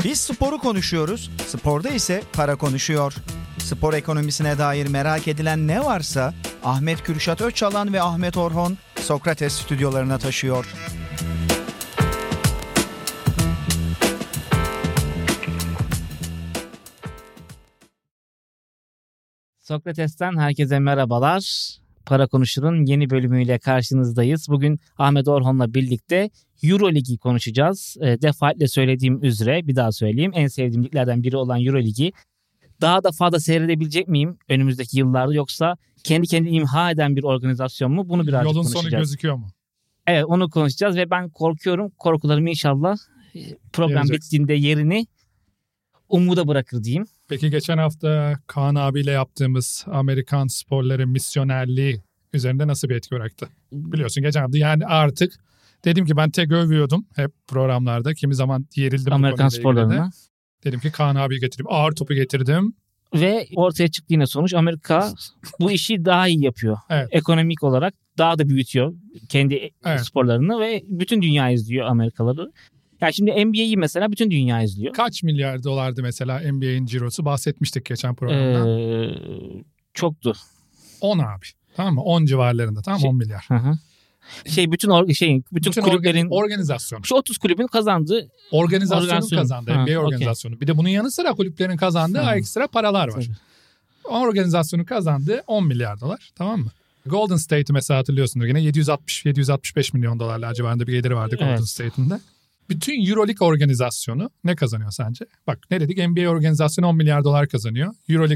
Biz sporu konuşuyoruz, sporda ise para konuşuyor. Spor ekonomisine dair merak edilen ne varsa Ahmet Kürşat Öçalan ve Ahmet Orhon Sokrates stüdyolarına taşıyor. Sokrates'ten herkese merhabalar. Para Konuşur'un yeni bölümüyle karşınızdayız. Bugün Ahmet Orhon'la birlikte Euroligi konuşacağız. Defaatle söylediğim üzere bir daha söyleyeyim. En sevdiğim liglerden biri olan Euroligi. Daha da fazla seyredebilecek miyim önümüzdeki yıllarda, yoksa kendi kendini imha eden bir organizasyon mu? Bunu birazcık konuşacağız. konuşacağız. Yolun sonu gözüküyor mu? Evet, onu konuşacağız ve ben korkuyorum. Korkularım inşallah program bittiğinde yerini umuda bırakır diyeyim. Peki geçen hafta Kaan abiyle yaptığımız Amerikan sporları misyonerliği üzerinde nasıl bir etki bıraktı? Biliyorsun geçen hafta yani artık dedim ki ben tek övüyordum hep programlarda. Kimi zaman yerildim. Amerikan sporlarına. Dedim ki Kaan abiyi getirdim. Ağır topu getirdim. Ve ortaya çıktı yine sonuç. Amerika bu işi daha iyi yapıyor. Evet. Ekonomik olarak daha da büyütüyor kendi sporlarını ve bütün dünya izliyor Amerikalıları. Yani şimdi NBA'yi mesela bütün dünya izliyor. Kaç milyar dolardı mesela NBA'in cirosu? Bahsetmiştik geçen programda. Çoktu. 10 abi. Tamam mı? 10 civarlarında. Tamam mı? 10 milyar. Hı. Bütün kulüplerin organizasyonu. Şu 30 kulübün kazandığı organizasyonu kazandı. NBA organizasyonu. Okay. Bir de bunun yanı sıra kulüplerin kazandığı ekstra paralar var. O organizasyonu kazandı 10 milyar dolar. Tamam mı? Golden State'i mesela hatırlıyorsundur yine 765 milyon dolarlar civarında bir geliri vardı Golden State'in de. Bütün Euroleague organizasyonu ne kazanıyor sence? Bak ne dedik? NBA organizasyonu 10 milyar dolar kazanıyor.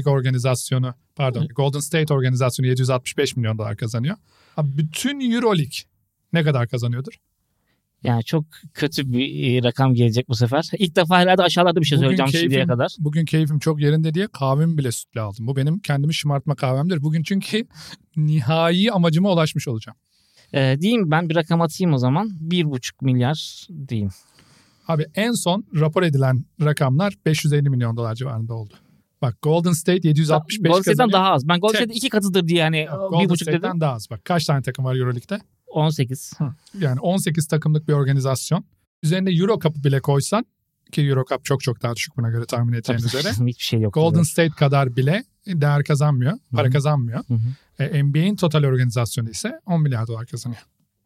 Golden State organizasyonu 765 milyon dolar kazanıyor. Abi bütün Euroleague ne kadar kazanıyordur? Yani çok kötü bir rakam gelecek bu sefer. İlk defa herhalde aşağılarda bir şey söyleyeceğim şimdiye kadar. Bugün keyfim çok yerinde diye kahvemi bile sütle aldım. Bu benim kendimi şımartma kahvemdir. Bugün çünkü nihai amacıma ulaşmış olacağım. Diyeyim ben bir rakam atayım o zaman. 1,5 milyar diyeyim. Abi en son rapor edilen rakamlar 550 milyon dolar civarında oldu. Bak Golden State 765 kazanıyor. Golden State'den daha az. Ben Golden State'in 2 katıdır diye yani 1,5 State'den dedim. daha az. Bak kaç tane takım var Euroleague'de? 18. Yani 18 takımlık bir organizasyon. Üzerine Euro Cup'ı bile koysan ki Euro Cup çok daha düşük buna göre tahmin edeceğiniz üzere. Hiçbir şey yok. Golden State kadar bile değer kazanmıyor. Para kazanmıyor. NBA'in total organizasyonu ise 10 milyar dolar kazanıyor.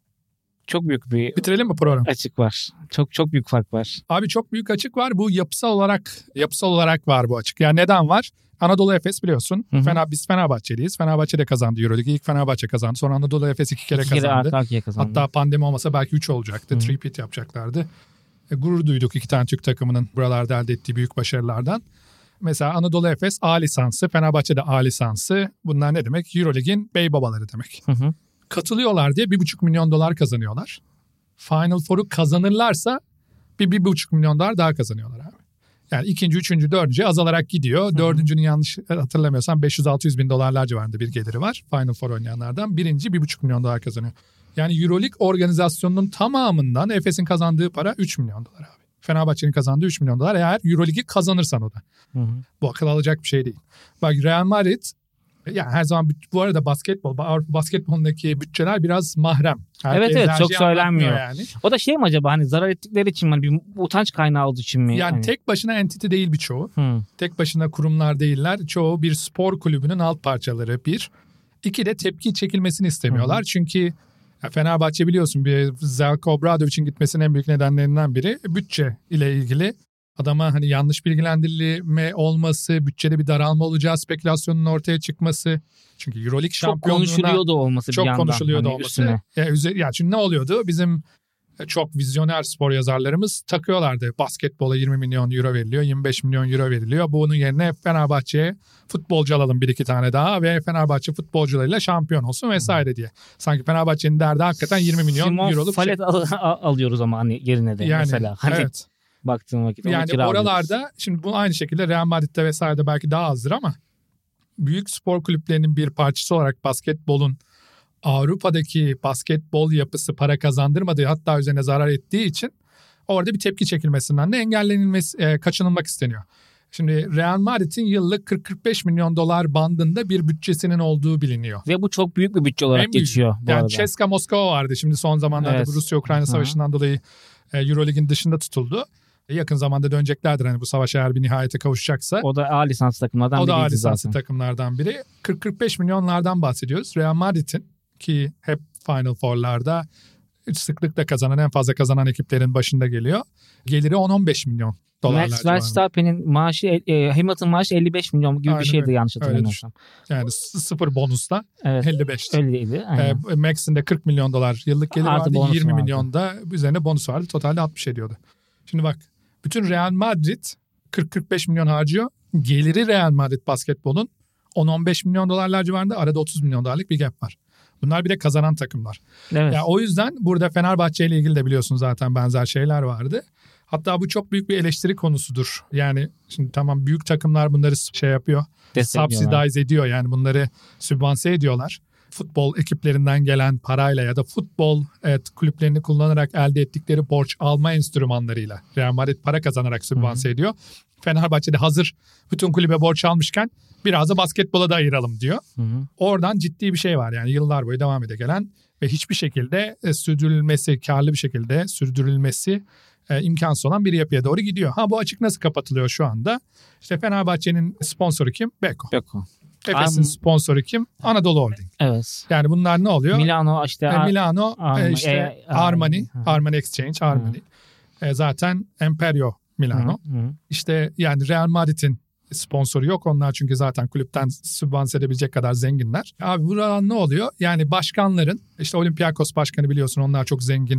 Çok büyük bir bitirelim mi programı? Açık var. Çok büyük fark var. Abi çok büyük açık var. Bu yapısal olarak var bu açık. Yani neden var? Anadolu Efes biliyorsun. Biz Fenerbahçeliyiz. Fenerbahçe de kazandı Euroleague'yi. İlk Fenerbahçe kazandı. Sonra Anadolu Efes 2 kere kazandı. Hatta pandemi olmasa belki 3 olacaktı. Three-peat yapacaklardı. Gurur duyduk 2 tane Türk takımının buralarda elde ettiği büyük başarılardan. Mesela Anadolu Efes A lisansı, Fenerbahçe de A lisansı. Bunlar ne demek? Euroleague'in bey babaları demek. Katılıyorlar diye 1,5 milyon dolar kazanıyorlar. Final Four'u kazanırlarsa 1,5 milyon dolar daha kazanıyorlar abi. Yani ikinci, üçüncü, dördüncü azalarak gidiyor. Dördüncünün yanlış hatırlamıyorsam 500-600 bin dolarlar civarında bir geliri var. Final Four oynayanlardan. Birinci 1,5 milyon dolar kazanıyor. Yani Euroleague organizasyonunun tamamından Efes'in kazandığı para 3 milyon dolar abi. Fenerbahçe'nin kazandığı 3 milyon dolar eğer Euroleague'i kazanırsan o da. Bu akıl alacak bir şey değil. Bak Real Madrid yani her zaman bu arada Avrupa basketbolundaki bütçeler biraz mahrem. Herkes evet çok söylenmiyor. Yani. O da şey mi acaba hani zarar ettikleri için mi? Bir utanç kaynağı olduğu için mi? Yani tek başına entity değil birçoğu. Tek başına kurumlar değiller. Çoğu bir spor kulübünün alt parçaları bir. İki de tepki çekilmesini istemiyorlar. Çünkü Fenerbahçe biliyorsun bir Zeljko Obradovic'in gitmesinin en büyük nedenlerinden biri bütçe ile ilgili. Adama hani yanlış bilgilendirilme olması, bütçede bir daralma olacağı spekülasyonunun ortaya çıkması. Çünkü Euroleague şampiyonluğuna çok konuşuluyordu olması bir yandan. Çok konuşuluyordu hani olması. Ya çünkü ne oluyordu? Bizim çok vizyoner spor yazarlarımız takıyorlardı. Basketbola 20 milyon euro veriliyor, 25 milyon euro veriliyor. Bunun yerine Fenerbahçe'ye futbolcu alalım bir iki tane daha ve Fenerbahçe futbolcularıyla şampiyon olsun vesaire diye. Sanki Fenerbahçe'nin derdi hakikaten 20 milyon euroluk Falet alıyoruz ama hani yerine de yani, mesela. Hani evet. Baktığım vakit yani oralarda şimdi bu aynı şekilde Real Madrid'de vesairede belki daha azdır ama büyük spor kulüplerinin bir parçası olarak basketbolun Avrupa'daki basketbol yapısı para kazandırmadığı hatta üzerine zarar ettiği için orada bir tepki çekilmesinden de kaçınılmak isteniyor. Şimdi Real Madrid'in yıllık 40-45 milyon dolar bandında bir bütçesinin olduğu biliniyor. Ve bu çok büyük bir bütçe olarak geçiyor bu arada. Yani CSKA Moskova vardı şimdi son zamanlarda bu Rusya-Ukrayna savaşından dolayı Euroleague'in dışında tutuldu. Yakın zamanda döneceklerdir hani bu savaş eğer bir nihayete kavuşacaksa. O da A lisans takımlardan biri. O da A lisanslı takımlardan biri. 40-45 milyonlardan bahsediyoruz. Real Madrid'in ki hep Final Four'larda sıklıkla kazanan, en fazla kazanan ekiplerin başında geliyor. Geliri 10-15 milyon dolarlar. Max Verstappen'in maaşı, Hamilton maaşı 55 milyon gibi bir şeydi yanlış hatırlamıyorsam. Yani 0 bonusla 55'ti. Öyleydi. Max'in de 40 milyon dolar yıllık geliri vardı. 20 vardı. milyon da üzerine bonus vardı. Totalde 60 ediyordu. Şimdi bak, bütün Real Madrid 40-45 milyon harcıyor. Geliri Real Madrid basketbolun 10-15 milyon dolarlar civarında, arada 30 milyon dolarlık bir gap var. Bunlar bir de kazanan takımlar. Evet. Yani o yüzden burada Fenerbahçe ile ilgili de biliyorsunuz zaten benzer şeyler vardı. Hatta bu çok büyük bir eleştiri konusudur. Yani şimdi tamam, büyük takımlar bunları yapıyor. Subsidize ediyor, yani bunları sübvanse ediyorlar. Futbol ekiplerinden gelen parayla ya da futbol kulüplerini kullanarak elde ettikleri borç alma enstrümanlarıyla Real Madrid para kazanarak sübvanse ediyor. Fenerbahçe'de hazır bütün kulübe borç almışken biraz da basketbola da ayıralım diyor. Oradan ciddi bir şey var, yani yıllar boyu devam ede gelen ve hiçbir şekilde sürdürülmesi, karlı bir şekilde sürdürülmesi imkansız olan bir yapıya doğru gidiyor. Bu açık nasıl kapatılıyor şu anda? İşte Fenerbahçe'nin sponsoru kim? Beko. Efes'in sponsoru kim? Anadolu Holding. Evet. Yani bunlar ne oluyor? Milano işte. Armani Exchange, Armani. Zaten Emperio Milano. İşte yani Real Madrid'in sponsoru yok. Onlar çünkü zaten kulüpten sübvanse edebilecek kadar zenginler. Abi burada ne oluyor? Yani başkanların, işte Olympiakos başkanı biliyorsun, onlar çok zengin.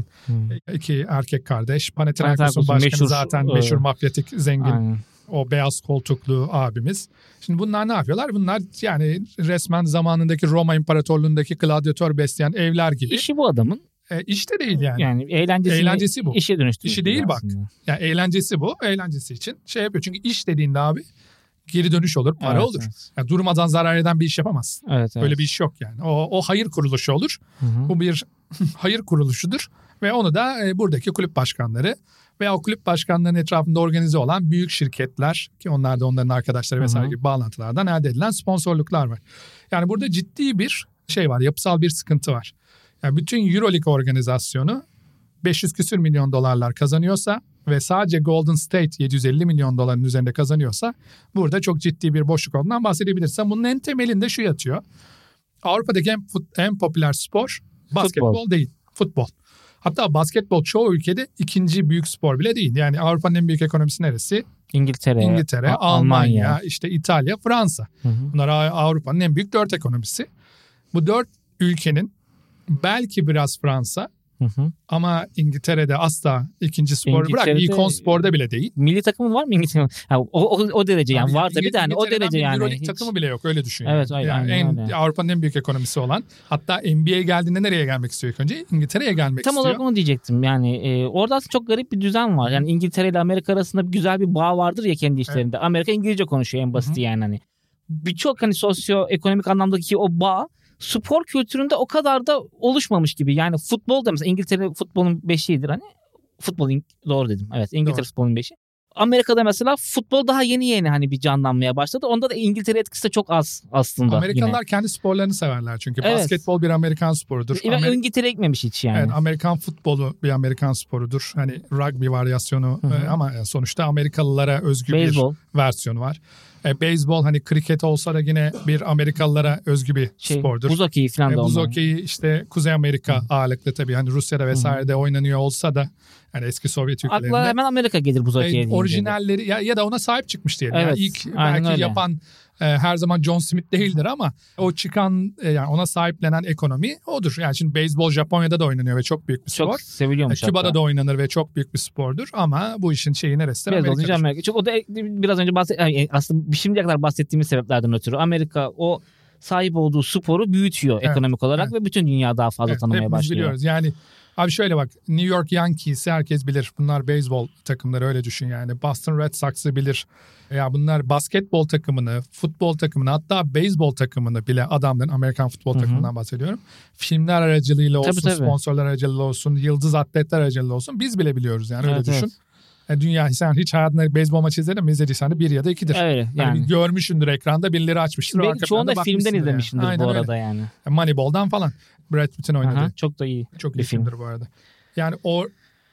İki erkek kardeş. Panathinaikos'un başkanı zaten meşhur mafyatik zengin. Aynen. O beyaz koltuklu abimiz. Şimdi bunlar ne yapıyorlar? Bunlar yani resmen zamanındaki Roma İmparatorluğundaki gladyatör besleyen evler gibi. İşi bu adamın. İşte değil yani. Yani eğlencesi bu. İşe dönüştürüyor. İşi değil bak. Yani eğlencesi bu. Eğlencesi için yapıyor. Çünkü iş dediğinde abi geri dönüş olur, para olur. Evet. Yani durmadan zarar eden bir iş yapamazsın. Evet. Öyle bir iş yok yani. O hayır kuruluşu olur. Bu bir hayır kuruluşudur. Ve onu da buradaki kulüp başkanları veya o kulüp başkanlarının etrafında organize olan büyük şirketler, ki onlar da onların arkadaşları vesaire gibi bağlantılardan elde edilen sponsorluklar var. Yani burada ciddi bir şey var, yapısal bir sıkıntı var. Yani bütün Euroleague organizasyonu 500 küsür milyon dolarlar kazanıyorsa ve sadece Golden State 750 milyon doların üzerinde kazanıyorsa burada çok ciddi bir boşluk olduğundan bahsedebiliriz. Bunun en temelinde şu yatıyor. Avrupa'daki en popüler spor basketbol değil, futbol. Hatta basketbol çoğu ülkede ikinci büyük spor bile değil. Yani Avrupa'nın en büyük ekonomisi neresi? İngiltere, Almanya, işte İtalya, Fransa. Bunlar Avrupa'nın en büyük 4 ekonomisi. Bu 4 ülkenin belki biraz Fransa, ama İngiltere'de asla ikinci spor bırak. İlk 10 sporda bile değil. Milli takımı var mı İngiltere'nin? O derece yani var tabii de o derece yani. Euroleague takımı bile yok, öyle düşün. Evet, yani Avrupa'nın en büyük ekonomisi olan, hatta NBA'ye geldiğinde nereye gelmek istiyor ilk önce? İngiltere'ye gelmek istiyor. Tam olarak onu diyecektim. Yani orada çok garip bir düzen var. Yani İngiltere ile Amerika arasında güzel bir bağ vardır ya kendi işlerinde. Evet. Amerika İngilizce konuşuyor en basiti yani hani. Birçok hani sosyoekonomik anlamdaki o bağ spor kültüründe o kadar da oluşmamış gibi. Yani futbol da mesela İngiltere futbolun beşiğidir hani. Doğru dedim. Evet, İngiltere futbolun beşiği. Amerika'da mesela futbol daha yeni hani bir canlanmaya başladı. Onda da İngiltere etkisi de çok az aslında. Amerikalılar kendi sporlarını severler çünkü. Evet. Basketbol bir Amerikan sporudur. İngiltere ekmemiş hiç yani. Evet, Amerikan futbolu bir Amerikan sporudur. Hani rugby varyasyonu ama sonuçta Amerikalılara özgü bir versiyonu var. Beyzbol hani kriket olsa da yine bir Amerikalılara özgü bir spordur. Buz hokeyi falan da buz hokeyi işte Kuzey Amerika ağırlıklı tabii. Hani Rusya'da vesairede oynanıyor olsa da hani eski Sovyet ülkelerinde. Akla hemen Amerika gelir buz hokeyi. Orijinalleri ya da ona sahip çıkmış diyelim. Evet, yani ilk belki öyle yapan her zaman John Smith değildir ama o çıkan yani ona sahiplenen ekonomi odur. Yani şimdi beyzbol Japonya'da da oynanıyor ve çok büyük bir spor. Çok seviliyormuş Küba'da da oynanır ve çok büyük bir spordur ama bu işin şeyi neresi? Amerika. Çok, o da biraz önce aslında şimdiye kadar bahsettiğimiz sebeplerden ötürü Amerika o sahip olduğu sporu büyütüyor ekonomik olarak ve bütün dünya daha fazla tanımaya başlıyor. Biliyoruz. Yani abi şöyle bak, New York Yankees'i herkes bilir. Bunlar beyzbol takımları, öyle düşün yani. Boston Red Sox'ı bilir. Ya bunlar basketbol takımını, futbol takımını, hatta beyzbol takımını bile adamların, Amerikan futbol takımından bahsediyorum. Filmler aracılığıyla olsun, sponsorlar aracılığıyla olsun, yıldız atletler aracılığıyla olsun biz bile biliyoruz yani, öyle düşün. Dünya, sen hiç hayatında beyzbol maçı izledin mi? İzlediysen de 1 ya da 2'dir. Evet, yani. Görmüşsündür ekranda, birileri açmıştır. Çoğunu da filmden izlemişimdir yani. Bu arada yani. Moneyball'dan falan. Brad Pitt'in oynadığı. Çok da iyi çok iyi filmdir bu arada. Yani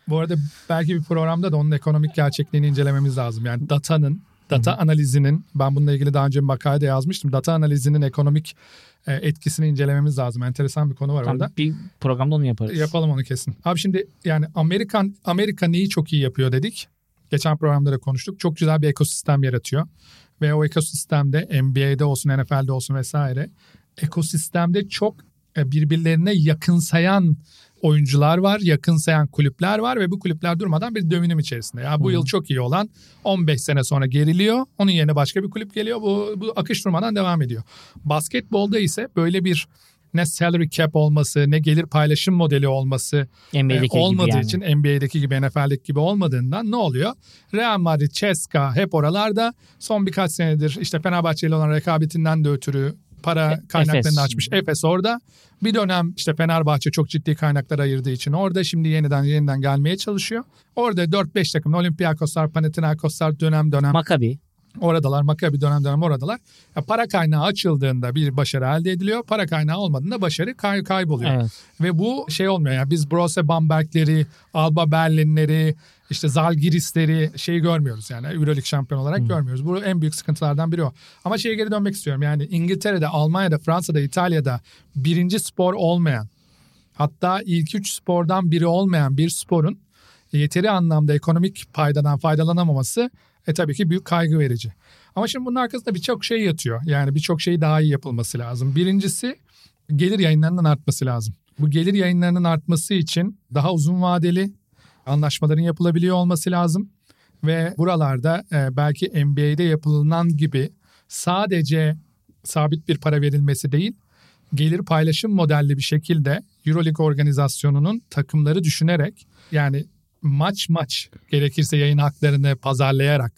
Bu arada belki bir programda da onun ekonomik gerçekliğini incelememiz lazım. Yani data analizinin, ben bununla ilgili daha önce bir makalede yazmıştım. Data analizinin ekonomik etkisini incelememiz lazım. Enteresan bir konu var orada. Bir programda onu yaparız. Yapalım onu kesin. Abi şimdi yani Amerika neyi çok iyi yapıyor dedik. Geçen programda da konuştuk. Çok güzel bir ekosistem yaratıyor. Ve o ekosistemde NBA'de olsun, NFL'de olsun vesaire, ekosistemde çok birbirlerine yakınsayan oyuncular var, yakınsayan kulüpler var ve bu kulüpler durmadan bir dönüm içerisinde. Ya bu yıl çok iyi olan 15 sene sonra geriliyor. Onun yerine başka bir kulüp geliyor. Bu akış durmadan devam ediyor. Basketbolda ise böyle bir ne salary cap olması, ne gelir paylaşım modeli olması olmadığı için, NBA'deki gibi, NFL'deki gibi olmadığından ne oluyor? Real Madrid, CSKA hep oralarda. Son birkaç senedir işte Fenerbahçe ile olan rekabetinden de ötürü para kaynaklarını açmış. Efes orada. Bir dönem işte Fenerbahçe çok ciddi kaynaklar ayırdığı için orada, şimdi yeniden gelmeye çalışıyor. Orada 4-5 takım, Olympiakoslar, Panathinaikoslar dönem Maccabi oradalar. Maccabi dönem oradalar. Ya para kaynağı açıldığında bir başarı elde ediliyor. Para kaynağı olmadığında başarı kayboluyor. Evet. Ve bu şey olmuyor. Yani biz Borussia Bamberg'leri, Alba Berlin'leri, işte Zalgiris'leri görmüyoruz. Yani Euroleague şampiyon olarak görmüyoruz. Bu en büyük sıkıntılardan biri o. Ama şeye geri dönmek istiyorum. Yani İngiltere'de, Almanya'da, Fransa'da, İtalya'da birinci spor olmayan, hatta ilk 3 spordan biri olmayan bir sporun yeteri anlamda ekonomik paydadan faydalanamaması tabii ki büyük kaygı verici. Ama şimdi bunun arkasında birçok şey yatıyor. Yani birçok şey daha iyi yapılması lazım. Birincisi, gelir yayınlarının artması lazım. Bu gelir yayınlarının artması için daha uzun vadeli anlaşmaların yapılabiliyor olması lazım. Ve buralarda belki NBA'de yapılan gibi sadece sabit bir para verilmesi değil, gelir paylaşım modelli bir şekilde Euroleague organizasyonunun takımları düşünerek, yani maç gerekirse yayın haklarını pazarlayarak,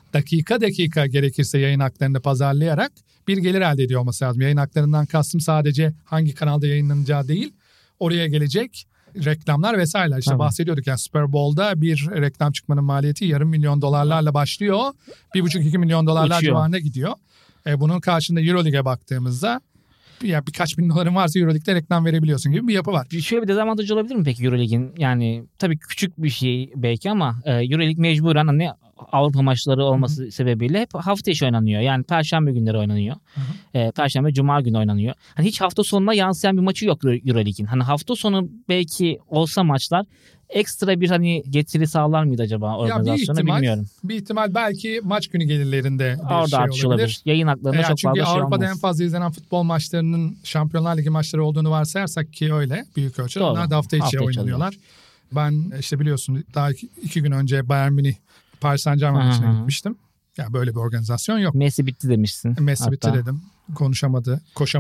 dakika gerekirse yayın haklarını pazarlayarak bir gelir elde ediyor olması lazım. Yayın haklarından kastım sadece hangi kanalda yayınlanacağı değil, oraya gelecek reklamlar vesaireler. İşte bahsediyorduk ya, Super Bowl'da bir reklam çıkmanın maliyeti $500,000 başlıyor. $1,5-2 milyon civarına gidiyor. Bunun karşında Euroleague'e baktığımızda ya birkaç bin doların varsa Euroleague'de reklam verebiliyorsun gibi bir yapı var. Şöyle bir dezavantajı olabilir mi peki Euroleague'in? Yani tabii küçük bir şey belki ama Euroleague mecburen hani Avrupa maçları olması sebebiyle hep hafta içi oynanıyor. Yani Perşembe günleri oynanıyor. Perşembe, Cuma günü oynanıyor. Hani hiç hafta sonuna yansıyan bir maçı yok Euroleague'in. Hani hafta sonu belki olsa maçlar ekstra bir hani getiri sağlar mıydı acaba organizasyona, bilmiyorum. Bir ihtimal belki maç günü gelirlerinde bir orada şey olabilir. Yayın haklarında çok fazla şey olmaz. Çünkü Avrupa'da en fazla izlenen futbol maçlarının Şampiyonlar Ligi maçları olduğunu varsayarsak ki öyle büyük ölçüde. Onlar da hafta içi oynanıyorlar. Ben işte biliyorsun daha 2 gün önce Bayern Münih Paris Saint-Germain maçına gitmiştim. Ya böyle bir organizasyon yok. Messi bitti demişsin. Messi bitti dedim. Konuşamadı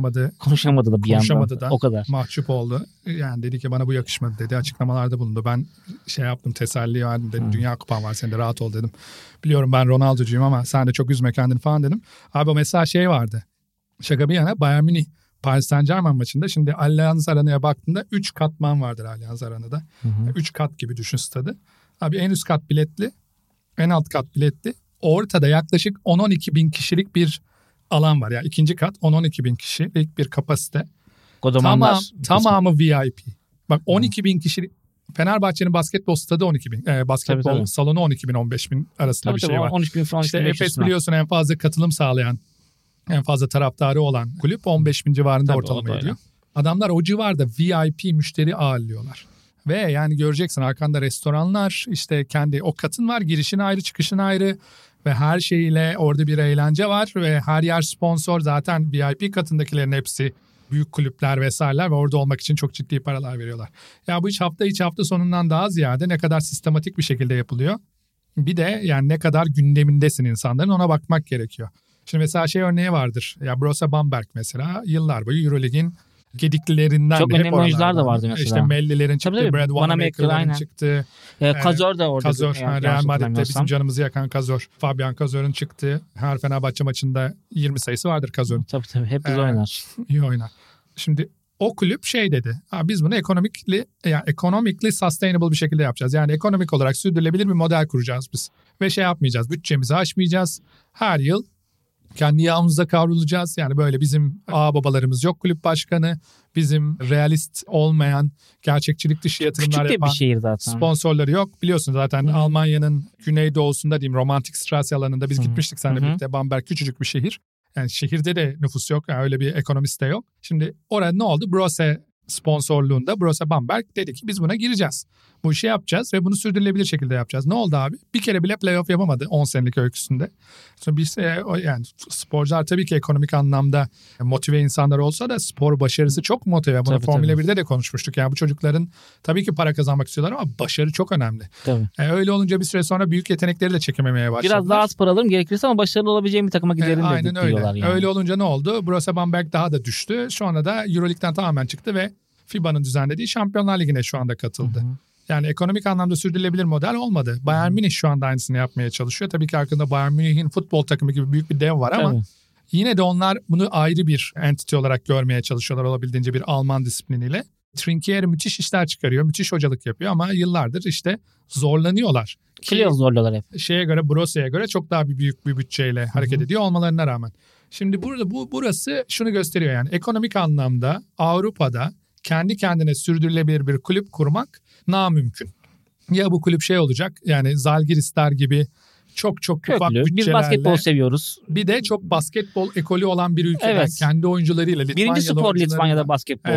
da bir yandan. O kadar. Mahcup oldu. Yani dedi ki bana bu yakışmadı dedi. Açıklamalarda bulundu. Ben yaptım, teselli verdim dedim. Dünya kupan var, sen de rahat ol dedim. Biliyorum ben Ronaldo'cuyum ama sen de çok üzme kendini falan dedim. Abi o mesela vardı. Şaka bir yana, Bayern Münih Paris Saint-Germain maçında şimdi Allianz Arena'ya baktığında 3 katman vardır Allianz Arena'da. 3 kat gibi düşün stadı. Abi en üst kat biletli, en alt kat biletli. Ortada yaklaşık 10-12 bin kişilik bir alan var. Yani ikinci kat 10-12 bin kişilik bir kapasite. Tamamı VIP. Bak 12 bin kişilik. Fenerbahçe'nin basketbol stadı 12 bin. Basketbol salonu 12 bin 15 bin arasında bir şey var. 13 bin falan. İşte Efes biliyorsun en fazla katılım sağlayan, en fazla taraftarı olan kulüp 15 bin civarında ortalama ediyor. Adamlar o civarda VIP müşteri ağırlıyorlar. Ve yani göreceksin arkanda restoranlar, işte kendi o katın var, girişin ayrı, çıkışın ayrı ve her şeyle orada bir eğlence var ve her yer sponsor. Zaten VIP katındakilerin hepsi büyük kulüpler vesaireler ve orada olmak için çok ciddi paralar veriyorlar. Ya bu hiç hafta sonundan daha ziyade ne kadar sistematik bir şekilde yapılıyor. Bir de yani ne kadar gündemindesin insanların, ona bakmak gerekiyor. Şimdi mesela örneği vardır. Ya Borussia Bamberg mesela yıllar boyu Euroleague'in gediklilerinden çok önemli oyuncular da vardı mesela. İşte Melli'lerin çıktı, Brad Wanamaker'ların çıktı. Kazor da orada. Kazor, Real Madrid'de bizim canımızı yakan Kazor. Fabian Kazor'un çıktı. Her Fenerbahçe maçında 20 sayısı vardır Kazor'un. Tabii hep oynar. İyi oynar. Şimdi o kulüp dedi. Biz bunu economically sustainable bir şekilde yapacağız. Yani ekonomik olarak sürdürülebilir bir model kuracağız biz. Ve yapmayacağız. Bütçemizi aşmayacağız. Her yıl kendi yağımızda kavrulacağız. Yani böyle bizim babalarımız yok kulüp başkanı. Bizim realist olmayan, gerçekçilik dışı yatırımlar yapan bir şehir zaten. Sponsorları yok. Biliyorsun zaten Almanya'nın güneydoğusunda diyeyim Romantikstraße alanında biz gitmiştik seninle birlikte. Bamberg küçücük bir şehir. Yani şehirde de nüfus yok. Yani öyle bir ekonomist de yok. Şimdi orada ne oldu? Brose sponsorluğunda Borussia Bamberg dedi ki biz buna gireceğiz. Bu işi yapacağız ve bunu sürdürülebilir şekilde yapacağız. Ne oldu abi? Bir kere bile playoff yapamadı 10 senelik öyküsünde. Sonra biz yani sporcular tabii ki ekonomik anlamda motive insanlar olsa da spor başarısı çok motive. Bunu Formula 1'de de konuşmuştuk. Yani bu çocukların tabii ki para kazanmak istiyorlar ama başarı çok önemli. Tabii. Öyle olunca bir süre sonra büyük yetenekleri de çekememeye başladılar. Biraz daha az para alırım gerekirse ama başarılı olabileceğim bir takıma giderim de aynen öyle. Yani. Öyle olunca ne oldu? Borussia Bamberg daha da düştü. Sonra da Euroleague'den tamamen çıktı ve FIBA'nın düzenlediği Şampiyonlar Ligi'ne şu anda katıldı. Yani ekonomik anlamda sürdürülebilir model olmadı. Bayern Münih şu anda aynısını yapmaya çalışıyor. Tabii ki arkasında Bayern Münih'in futbol takımı gibi büyük bir dev var ama yine de onlar bunu ayrı bir entity olarak görmeye çalışıyorlar olabildiğince bir Alman disipliniyle. Trinkieri müthiş işler çıkarıyor, müthiş hocalık yapıyor ama yıllardır işte zorlanıyorlar. Zorluyorlar hep. Borussia'ya göre çok daha büyük bir bütçeyle hareket ediyor olmalarına rağmen. Şimdi burası şunu gösteriyor yani ekonomik anlamda Avrupa'da kendi kendine sürdürülebilir bir kulüp kurmak namümkün. Ya bu kulüp olacak yani Zalgirisler gibi çok ufak bütçelerle. Biz basketbol seviyoruz. Bir de çok basketbol ekolü olan bir ülkeden kendi oyuncularıyla. Birinci spor Litvanya'da basketbol.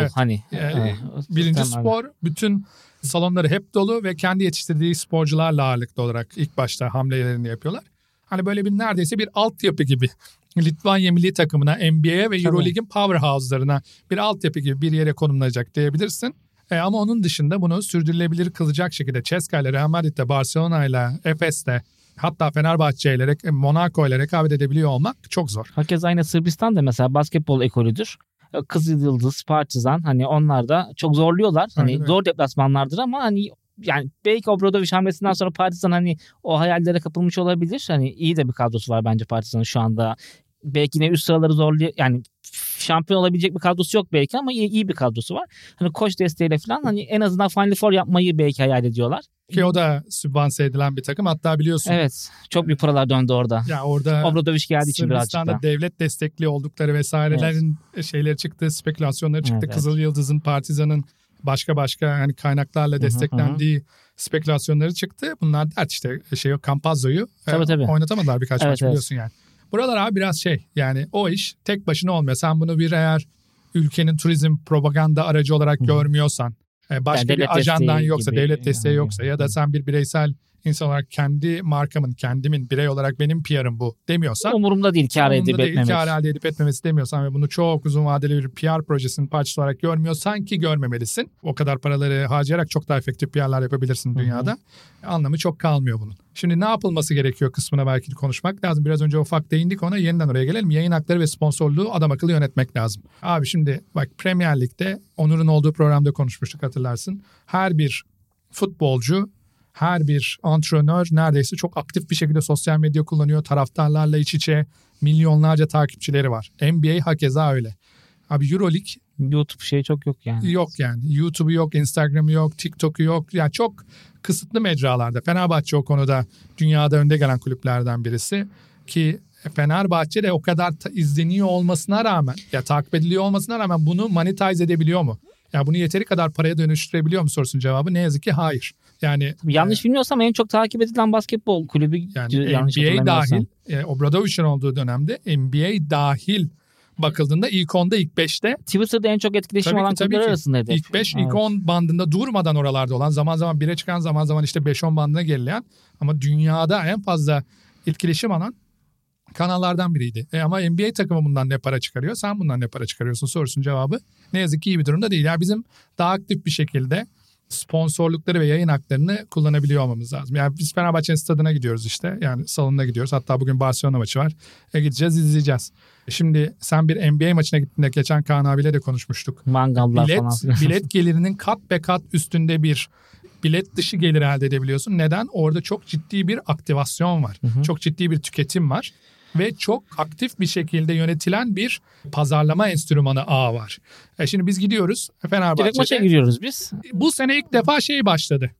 Birinci spor bütün salonları hep dolu ve kendi yetiştirdiği sporcularla ağırlıklı olarak ilk başta hamlelerini yapıyorlar. Hani böyle bir neredeyse bir altyapı gibi. Litvanya milli takımına, NBA'ye ve Euroleague'in powerhouse'larına bir altyapı gibi bir yere konumlanacak diyebilirsin. Ama onun dışında bunu sürdürülebilir kılacak şekilde CSKA ile, Real Madrid'le, Barcelona ile, Efes'le hatta Fenerbahçe ile, Monaco ile rekabet edebiliyor olmak çok zor. Herkes aynı Sırbistan'da mesela basketbol ekolüdür. Kızılyıldız, Partizan hani onlar da çok zorluyorlar. Hani zor deplasmanlardır ama hani yani belki Obradović hamlesinden sonra Partizan hani o hayallere kapılmış olabilir. Hani iyi de bir kadrosu var bence Partizan'ın şu anda. Belki yine üst sıraları zorluyor. Yani şampiyon olabilecek bir kadrosu yok belki ama iyi bir kadrosu var. Hani koç desteğiyle falan hani en azından Final Four yapmayı belki hayal ediyorlar. Ki o da sübvanse edilen bir takım. Hatta biliyorsun. Evet. Çok büyük paralar döndü orada. Ya orada Obradović geldiği için birazcık da. Sırbistan'da devlet destekli oldukları vesairelerin şeyleri çıktı. Spekülasyonları çıktı. Evet. Kızılyıldız'ın, Partizan'ın başka hani kaynaklarla desteklendiği spekülasyonları çıktı. Bunlar dert işte Campazzo'yu oynatamadılar birkaç maç biliyorsun yani. Buralar abi biraz yani o iş tek başına olmuyor. Sen bunu eğer ülkenin turizm propaganda aracı olarak görmüyorsan, başka yani bir ajandan yoksa, devlet desteği yoksa ya da sen bir bireysel insan olarak kendi markamın, kendimin birey olarak benim PR'ım bu demiyorsan. Umurumda değil kar edip etmemek. Kar elde edip etmemesi demiyorsan ve bunu çok uzun vadeli bir PR projesinin parçası olarak görmüyorsan ki görmemelisin. O kadar paraları harcayarak çok daha efektif PR'lar yapabilirsin dünyada. Anlamı çok kalmıyor bunun. Şimdi ne yapılması gerekiyor kısmına belki konuşmak lazım. Biraz önce ufak değindik ona, yeniden oraya gelelim. Yayın hakları ve sponsorluğu adam akıllı yönetmek lazım. Abi şimdi bak Premier Lig'de Onur'un olduğu programda konuşmuştuk hatırlarsın. Her bir futbolcu, her bir antrenör neredeyse çok aktif bir şekilde sosyal medya kullanıyor. Taraftarlarla iç içe milyonlarca takipçileri var. NBA hakeza öyle. Abi Euroleague YouTube çok yok yani. Yok yani. YouTube'u yok, Instagram'ı yok, TikTok'u yok. Yani çok kısıtlı mecralarda. Fenerbahçe o konuda dünyada önde gelen kulüplerden birisi. Ki Fenerbahçe de o kadar izleniyor olmasına rağmen, ya takip ediliyor olmasına rağmen bunu monetize edebiliyor mu? Ya bunu yeteri kadar paraya dönüştürebiliyor mu sorusunun cevabı ne yazık ki hayır. Yani yanlış bilmiyorsam en çok takip edilen basketbol kulübü yani NBA dahil, Obradović'in olduğu dönemde NBA dahil bakıldığında ilk 10'da ilk 5'te. Twitter'da en çok etkileşim olan kulüpler arasındaydı. İlk 5, ilk 10 bandında durmadan oralarda olan, zaman zaman 1'e çıkan, zaman zaman işte 5-10 bandına gerileyen ama dünyada en fazla etkileşim alan kanallardan biriydi. Ama NBA takımı bundan ne para çıkarıyor? Sen bundan ne para çıkarıyorsun sorusunun cevabı ne yazık ki iyi bir durumda değil. Yani bizim daha aktif bir şekilde sponsorlukları ve yayın haklarını kullanabiliyor olmamız lazım. Yani biz Fenerbahçe'nin stadına gidiyoruz işte. Yani salonuna gidiyoruz. Hatta bugün Barcelona maçı var. Gideceğiz, izleyeceğiz. Şimdi sen bir NBA maçına gittiğinde geçen Kaan abiyle de konuşmuştuk. Mangallar falan. Bilet gelirinin kat be kat üstünde bir bilet dışı gelir elde edebiliyorsun. Neden? Orada çok ciddi bir aktivasyon var. Çok ciddi bir tüketim var. Ve çok aktif bir şekilde yönetilen bir pazarlama enstrümanı ağı var. Şimdi biz gidiyoruz Fenerbahçe'de. Direkt maça giriyoruz biz. Bu sene ilk defa başladı.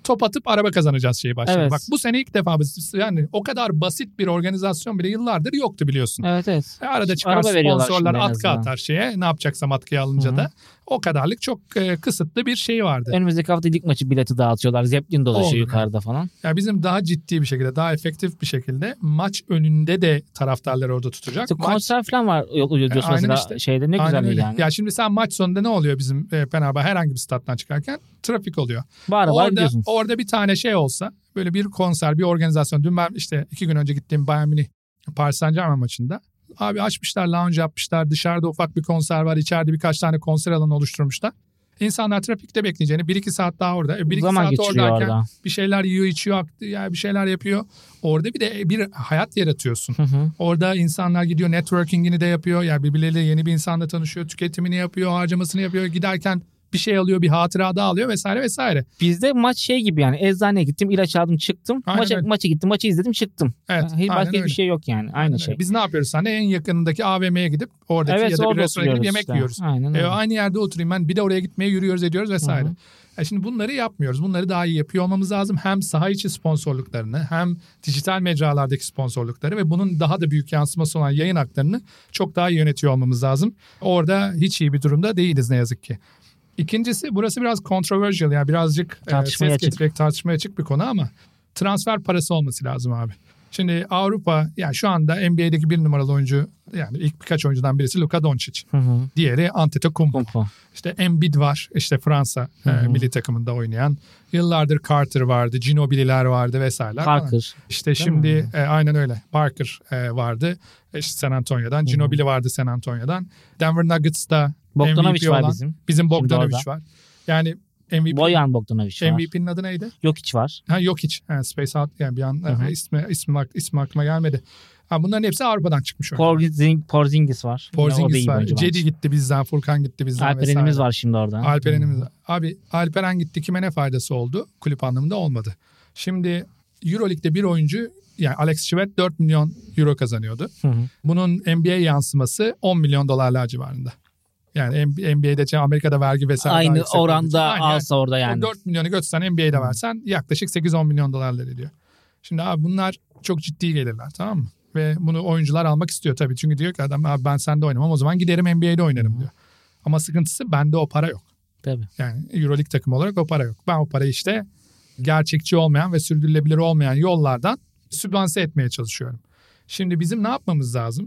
top atıp araba kazanacağız şeyi başladı. Evet. Bak bu sene ilk defa yani o kadar basit bir organizasyon bile yıllardır yoktu biliyorsun. Evet. Arada çıkan sponsorlar atkı atar şeye. Ne yapacaksam atkıyı alınca da. O kadarlık çok kısıtlı bir şey vardı. Önümüzdeki hafta lig maçı bileti dağıtıyorlar. Zeppelin dolaşıyor yukarıda falan. Ya bizim daha ciddi bir şekilde, daha efektif bir şekilde maç önünde de taraftarları orada tutacak. Konser falan var diyorsun mesela işte. Şeyde ne güzel yani. Ya şimdi sen maç sonunda ne oluyor bizim Fenerbahçe herhangi bir stat'tan çıkarken? Trafik oluyor. Orada bir tane şey olsa, böyle bir konser, bir organizasyon. Dün ben işte 2 gün önce gittiğim Bayern Münih Paris Saint-Germain maçında. Abi açmışlar, lounge yapmışlar. Dışarıda ufak bir konser var. İçeride birkaç tane konser alanı oluşturmuşlar. İnsanlar trafikte bekleyeceğini 1-2 saat daha orada. 1-2 saat oradayken orada. Bir şeyler yiyor, içiyor, yani bir şeyler yapıyor. Orada bir de bir hayat yaratıyorsun. Orada insanlar gidiyor, networking'ini de yapıyor. Yani birbirleriyle yeni bir insanla tanışıyor. Tüketimini yapıyor, harcamasını yapıyor. Giderken bir şey alıyor, bir hatıra da alıyor vesaire vesaire. Bizde maç şey gibi yani, eczaneye gittim, ilaç aldım, çıktım. Maça gittim, maçı izledim, çıktım. Evet, başka bir şey yok yani. Aynı şey. Biz ne yapıyoruz sen de en yakınındaki AVM'ye gidip oradaki ya da bir restorana gidip yemek yiyoruz. Aynı yerde oturayım ben, bir de oraya gitmeye yürüyoruz ediyoruz vesaire. Şimdi bunları yapmıyoruz. Bunları daha iyi yapıyor olmamız lazım. Hem saha içi sponsorluklarını hem dijital mecralardaki sponsorlukları ve bunun daha da büyük yansıması olan yayın haklarını çok daha iyi yönetiyor olmamız lazım. Orada hiç iyi bir durumda değiliz ne yazık ki. İkincisi, burası biraz controversial, yani birazcık ses getirerek tartışmaya açık bir konu ama transfer parası olması lazım abi. Şimdi Avrupa, yani şu anda NBA'deki 1 numaralı oyuncu, yani ilk birkaç oyuncudan birisi Luka Doncic. Diğeri Antetokounmpo. İşte Embiid var, işte Fransa milli takımında oynayan. Yıllardır Carter vardı, Ginobili'ler vardı vesaire. Parker. İşte şimdi aynen öyle. Parker vardı işte San Antonio'dan. Ginobili vardı San Antonio'dan. Denver Nuggets'ta Bogdanovic var bizim Bogdanovic var. Yani MVP, Bojan Bogdanovic var. MVP'nin adı neydi? Jokic var. Jokic. Space Out, yani bir an ismi aklıma gelmedi. Bunların hepsi Avrupa'dan çıkmış. Porzingis var. Porzingis var. Cedi gitti bizden, Furkan gitti bizden. Alperen'imiz var şimdi orada. Alperen'imiz var. Abi Alperen gitti, kime ne faydası oldu? Kulüp anlamında olmadı. Şimdi Euroleague'de bir oyuncu, yani Alex Şivet 4 milyon euro kazanıyordu. Bunun NBA yansıması 10 milyon dolarlar civarında. Yani NBA'de, Amerika'da vergi vesaire. Aynı oranda alsa orada yani. 4 milyonu götürsen NBA'de versen yaklaşık 8-10 milyon dolarlar ediyor. Şimdi abi bunlar çok ciddi gelirler, tamam mı? Ve bunu oyuncular almak istiyor tabii. Çünkü diyor ki adam, abi ben sende oynamam, o zaman giderim NBA'de oynarım diyor. Ama sıkıntısı, bende o para yok. Tabii. Yani Euroleague takımı olarak o para yok. Ben o parayı işte gerçekçi olmayan ve sürdürülebilir olmayan yollardan sübvanse etmeye çalışıyorum. Şimdi bizim ne yapmamız lazım?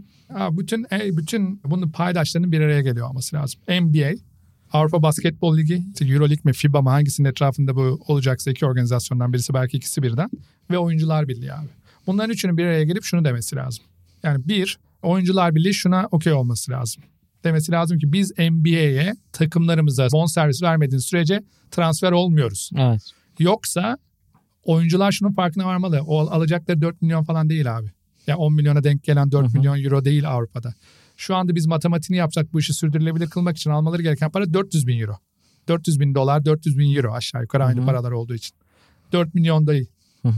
Bütün bunun paydaşlarının bir araya geliyor olması lazım. NBA, Avrupa Basketbol Ligi, Euroleague mi FIBA mı, hangisinin etrafında bu olacaksa 2 organizasyondan birisi, belki ikisi birden, ve Oyuncular Birliği abi. Bunların üçünün bir araya gelip şunu demesi lazım. Yani Oyuncular Birliği şuna okey olması lazım. Demesi lazım ki biz NBA'ye takımlarımıza bonservis vermediğiniz sürece transfer olmuyoruz. Evet. Yoksa oyuncular şunun farkına varmalı. O alacakları 4 milyon falan değil abi. Yani 10 milyona denk gelen 4 milyon euro değil Avrupa'da. Şu anda biz matematiğini yapsak, bu işi sürdürülebilir kılmak için almaları gereken para 400 bin euro. 400 bin dolar, 400 bin euro, aşağı yukarı aynı paralar olduğu için. 4 milyon değil.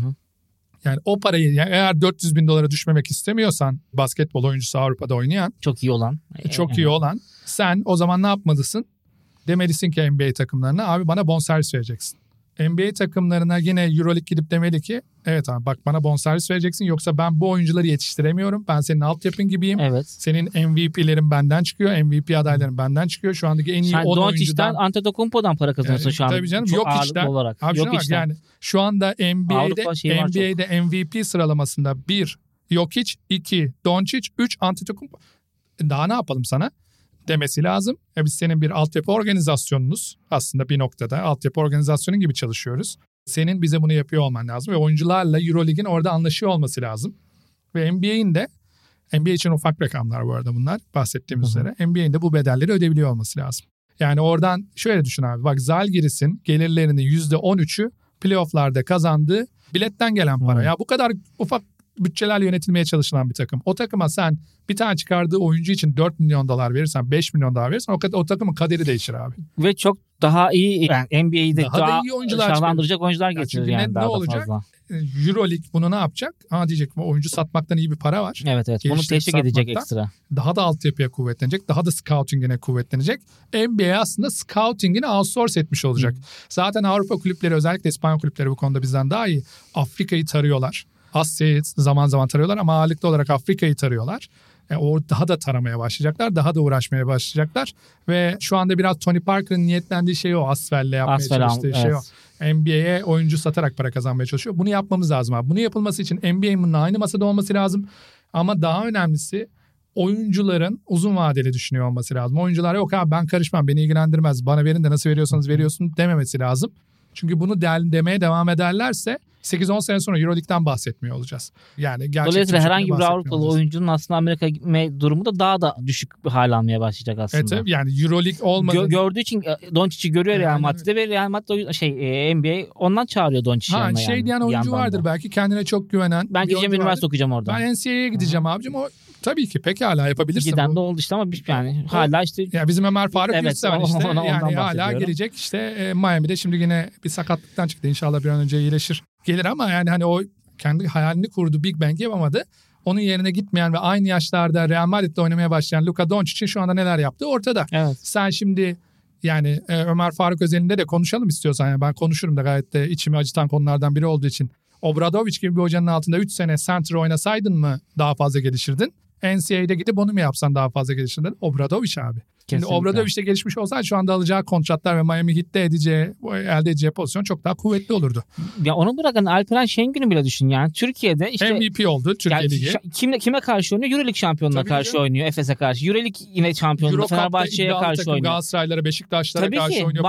Yani o parayı, yani eğer 400 bin dolara düşmemek istemiyorsan, basketbol oyuncusu Avrupa'da oynayan. Çok iyi olan. Sen o zaman ne yapmalısın? Demelisin ki NBA takımlarına, abi bana bonservis vereceksin. NBA takımlarına yine Euroleague gidip demeli ki, evet abi bak bana bonservis vereceksin, yoksa ben bu oyuncuları yetiştiremiyorum. Ben senin altyapın gibiyim. Evet. Senin MVP'lerin benden çıkıyor. MVP adayların benden çıkıyor. Şu andaki en iyi 10 oyuncudan. Antetokounmpo'dan para kazanıyorsun şu an. Tabii canım, yok işte. Yani şu anda NBA'de MVP sıralamasında 1 Jokic, 2 Doncic, 3 Antetokounmpo. Daha ne yapalım sana? Demesi lazım. Biz senin bir altyapı organizasyonunuz, aslında bir noktada altyapı organizasyonu gibi çalışıyoruz. Senin bize bunu yapıyor olman lazım ve oyuncularla Euroleague'in orada anlaşıyor olması lazım. Ve NBA'in de, NBA için ufak rakamlar bu arada bunlar, bahsettiğimiz üzere, NBA'in de bu bedelleri ödebiliyor olması lazım. Yani oradan şöyle düşün abi, bak Zalgiris'in gelirlerinin %13'ü playoff'larda kazandığı biletten gelen para. Ya bu kadar ufak bütçelerle yönetilmeye çalışılan bir takım. O takıma sen bir tane çıkardığı oyuncu için 4 milyon dolar verirsen, 5 milyon dolar verirsen o takımın kaderi değişir abi. Ve çok daha iyi, yani NBA'de daha iyi oyuncular şahlandıracak oyuncular getirir yani daha da fazla. Euroleague bunu ne yapacak? Diyecek oyuncu satmaktan iyi bir para var. Evet. Bunu teşvik edecek ekstra. Daha da altyapıya kuvvetlenecek. Daha da scouting'ine kuvvetlenecek. NBA aslında scouting'ini outsource etmiş olacak. Zaten Avrupa kulüpleri, özellikle İspanyol kulüpleri bu konuda bizden daha iyi. Afrika'yı tarıyorlar. Asya'yı zaman zaman tarıyorlar ama ağırlıklı olarak Afrika'yı tarıyorlar. O daha da taramaya başlayacaklar. Daha da uğraşmaya başlayacaklar. Ve şu anda biraz Tony Parker'ın niyetlendiği şey o. Asfel'le yapmaya çalıştığı şey o. NBA'ye oyuncu satarak para kazanmaya çalışıyor. Bunu yapmamız lazım abi. Bunu yapılması için NBA'nin aynı masada olması lazım. Ama daha önemlisi oyuncuların uzun vadeli düşünüyor olması lazım. Oyuncular yok abi ben karışmam, beni ilgilendirmez. Bana verin de nasıl veriyorsanız veriyorsun dememesi lazım. Çünkü bunu demeye devam ederlerse 8-10 sene sonra Euroleague'den bahsetmiyor olacağız. Yani dolayısıyla herhangi bir Avrupalı oyuncunun aslında Amerika'ya gitme durumu da daha da düşük bir hal almaya başlayacak aslında. Evet yani Euroleague olmadı. Gördüğü için Doncic'i görüyor Real Madrid'de ve Real Madrid NBA ondan çağırıyor Doncic'i yanına yani. Diyen oyuncu vardır belki kendine çok güvenen. Ben gideceğim üniversite okuyacağım orada. Ben NCAA'ye gideceğim abicim. O tabii ki pekala yapabilirsin. Giden de oldu işte ama yani hala işte. Ya bizim Ömer Faruk Yurtseven işte yani hala gelecek işte Miami'de şimdi yine bir sakatlıktan çıktı. İnşallah bir an önce iyileşir. Gelir ama yani hani o kendi hayalini kurdu, Big Bang yapamadı. Onun yerine gitmeyen ve aynı yaşlarda Real Madrid'de oynamaya başlayan Luka Doncic'in şu anda neler yaptığı ortada. Evet. Sen şimdi yani Ömer Faruk özelinde de konuşalım istiyorsan. Yani ben konuşurum da gayet de içimi acıtan konulardan biri olduğu için. Obradovic gibi bir hocanın altında 3 sene center oynasaydın mı daha fazla gelişirdin? NCAA'de gidip bunu mu yapsan daha fazla gelişirdin? Obradovic abi. Şimdi Obradovic'te gelişmiş olsaydı şu anda alacağı kontratlar ve Miami Heat'te elde edeceği pozisyon çok daha kuvvetli olurdu. Ya onu bırakın Alperen Şengün'ü bile düşün yani. Türkiye'de işte MVP oldu Türkiye yani Ligi. Kime karşı oynuyor? Euroleague şampiyonuna karşı oynuyor. Efes'e karşı. Euroleague yine şampiyonluğunda Fenerbahçe'ye karşı oynuyor. Galatasaray'lara, Beşiktaşlara karşı oynuyor.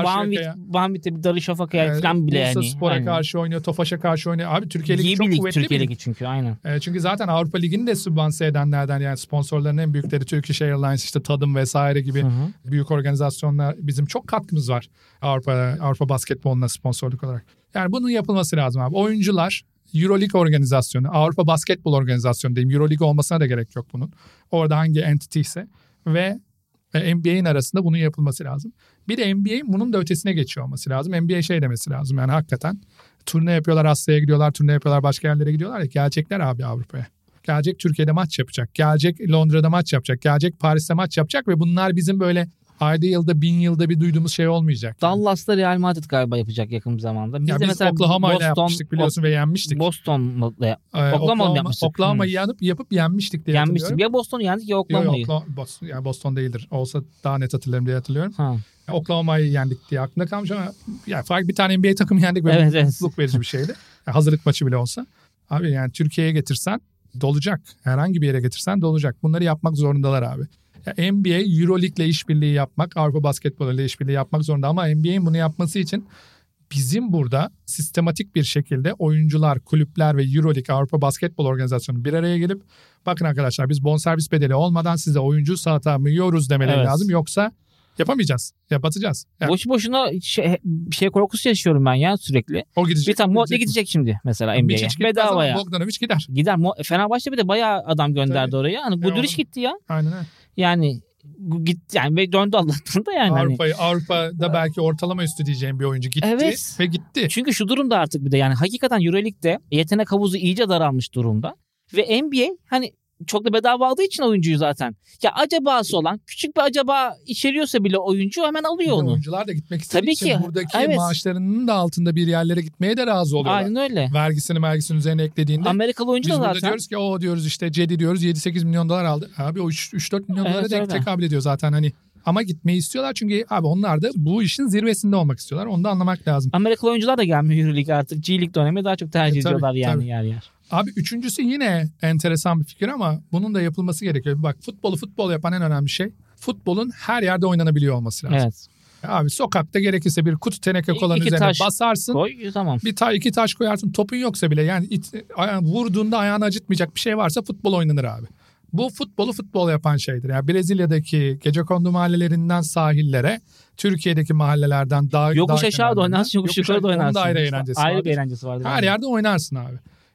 Banvit'te bir Darüşşafaka'ya falan bile yani. Bursaspor'a karşı oynuyor. Tofaş'a karşı oynuyor. Abi Türkiye Ligi çok kuvvetli. Türkiye Ligi çünkü aynen. Çünkü zaten Avrupa Ligi'ni de sübvanse edenlerden yani sponsorların en büyükleri Turkish Airlines, işte Tadım vesaire gibi büyük organizasyonlar, bizim çok katkımız var Avrupa basketboluna sponsorluk olarak. Yani bunun yapılması lazım abi. Oyuncular, Euroleague organizasyonu, Avrupa Basketbol Organizasyonu diyeyim. Euroleague olmasına da gerek yok bunun. Orada hangi entity ise ve NBA'in arasında bunun yapılması lazım. Bir de NBA'in bunun da ötesine geçiyor olması lazım. NBA şey demesi lazım yani hakikaten turne yapıyorlar, Asya'ya gidiyorlar, turne yapıyorlar, başka yerlere gidiyorlar ya, gelecekler abi Avrupa'ya. Gelecek Türkiye'de maç yapacak. Gelecek Londra'da maç yapacak. Gelecek Paris'te maç yapacak ve bunlar bizim böyle ayda yılda 1000 yılda bir duyduğumuz şey olmayacak. Dallas'ta Real Madrid galiba yapacak yakın bir zamanda. Biz mesela Oklahoma'yla yapmıştık biliyorsun ve yenmiştik. Oklahoma'yı yapmıştık. Oklahoma'yı yapıp yenmiştik diye hatırlıyorum. Ya Boston'u yendik ya Oklahoma'yı. Yani Boston değildir. Olsa daha net hatırlarım diye hatırlıyorum. Oklahoma'yı yendik diye aklımda kalmış ama yani farklı bir tane NBA takımı yendik ve mutluluk verici bir şeydi. Yani hazırlık maçı bile olsa. Abi yani Türkiye'ye getirsen dolacak. Herhangi bir yere getirsen dolacak. Bunları yapmak zorundalar abi. Ya NBA, Euroleague ile işbirliği yapmak, Avrupa Basketbolu ile işbirliği yapmak zorunda ama NBA'in bunu yapması için bizim burada sistematik bir şekilde oyuncular, kulüpler ve Euroleague, Avrupa Basketbol Organizasyonu bir araya gelip bakın arkadaşlar biz bonservis bedeli olmadan size oyuncu satamıyoruz demeleri lazım. Yoksa yapamayacağız. Batacağız. Yani. Boşu boşuna şey korkusu yaşıyorum ben ya sürekli. O gidecek. Bir tane Motley gidecek şimdi mesela NBA'ye. Bedavaya. Bogdanovic gider. Gider. Fenerbahçe bir de bayağı adam gönderdi oraya. Hani Guduric gitti ya. Aynen öyle. Yani gitti yani ve döndü Allah'tan da yani. Avrupa'da belki ortalama üstü diyeceğim bir oyuncu gitti ve gitti. Çünkü şu durumda artık bir de yani hakikaten Euroleague'de yetenek havuzu iyice daralmış durumda. Ve NBA hani çok da bedava aldığı için oyuncuyu zaten. Ya acabası olan küçük bir acaba içeriyorsa bile oyuncu hemen alıyor onu. Oyuncular da gitmek istediği için buradaki maaşlarının da altında bir yerlere gitmeye de razı oluyorlar. Aynen öyle. Vergisini üzerine eklediğinde. Amerikalı oyuncu da zaten. Biz burada diyoruz ki diyoruz işte Cedi diyoruz 7-8 milyon dolar aldı. Abi o 3-4 milyon dolara denk tekabül ediyor zaten hani. Ama gitmeyi istiyorlar çünkü abi onlar da bu işin zirvesinde olmak istiyorlar. Onu da anlamak lazım. Amerikalı oyuncular da gelmiyor Euroleague artık. G League'de oynamayı daha çok tercih ediyorlar yani yer yer. Abi üçüncüsü yine enteresan bir fikir ama bunun da yapılması gerekiyor. Bak futbol yapan en önemli şey futbolun her yerde oynanabiliyor olması lazım. Evet. Abi sokakta gerekirse bir kutu teneke kolanın üzerine basarsın. Koy, tamam. İki taş koyarsın topun yoksa bile yani vurduğunda ayağını acıtmayacak bir şey varsa futbol oynanır abi. Bu futbol yapan şeydir. Yani Brezilya'daki gecekondu mahallelerinden sahillere, Türkiye'deki mahallelerden yokuş aşağı da oynarsın, yokuş yukarı da oynarsın. Onun da ayrı eğlencesi vardır. Ayrı bir eğlencesi vardır. Her yerde oynarsın abi.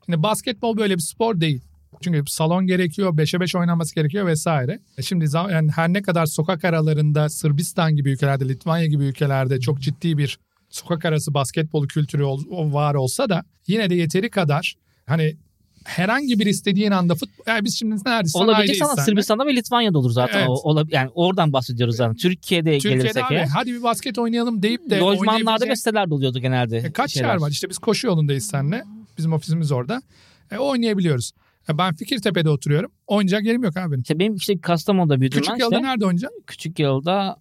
Şimdi basketbol böyle bir spor değil. Çünkü salon gerekiyor, 5'e 5 oynanması gerekiyor vesaire. Şimdi yani her ne kadar sokak aralarında Sırbistan gibi ülkelerde, Litvanya gibi ülkelerde çok ciddi bir sokak arası basketbol kültürü var olsa da yine de yeteri kadar hani herhangi bir istediğin anda yani biz şimdi neredeyiz? Olabilecek sana Sırbistan'da ve Litvanya'da olur zaten. Evet. Yani oradan bahsediyoruz zaten. Türkiye'de gelirsek abi, hadi bir basket oynayalım deyip de lojmanlarda ve sitelerde oluyordu genelde. Kaç yer var? İşte biz koşu yolundayız seninle. Bizim ofisimiz orada. Oynayabiliyoruz. Ben Fikirtepe'de oturuyorum. Oynayacak yerim yok abi benim. İşte benim Kastamonu'da büyüdüm. Küçük yolda nerede oynayacaksın? Küçük yolda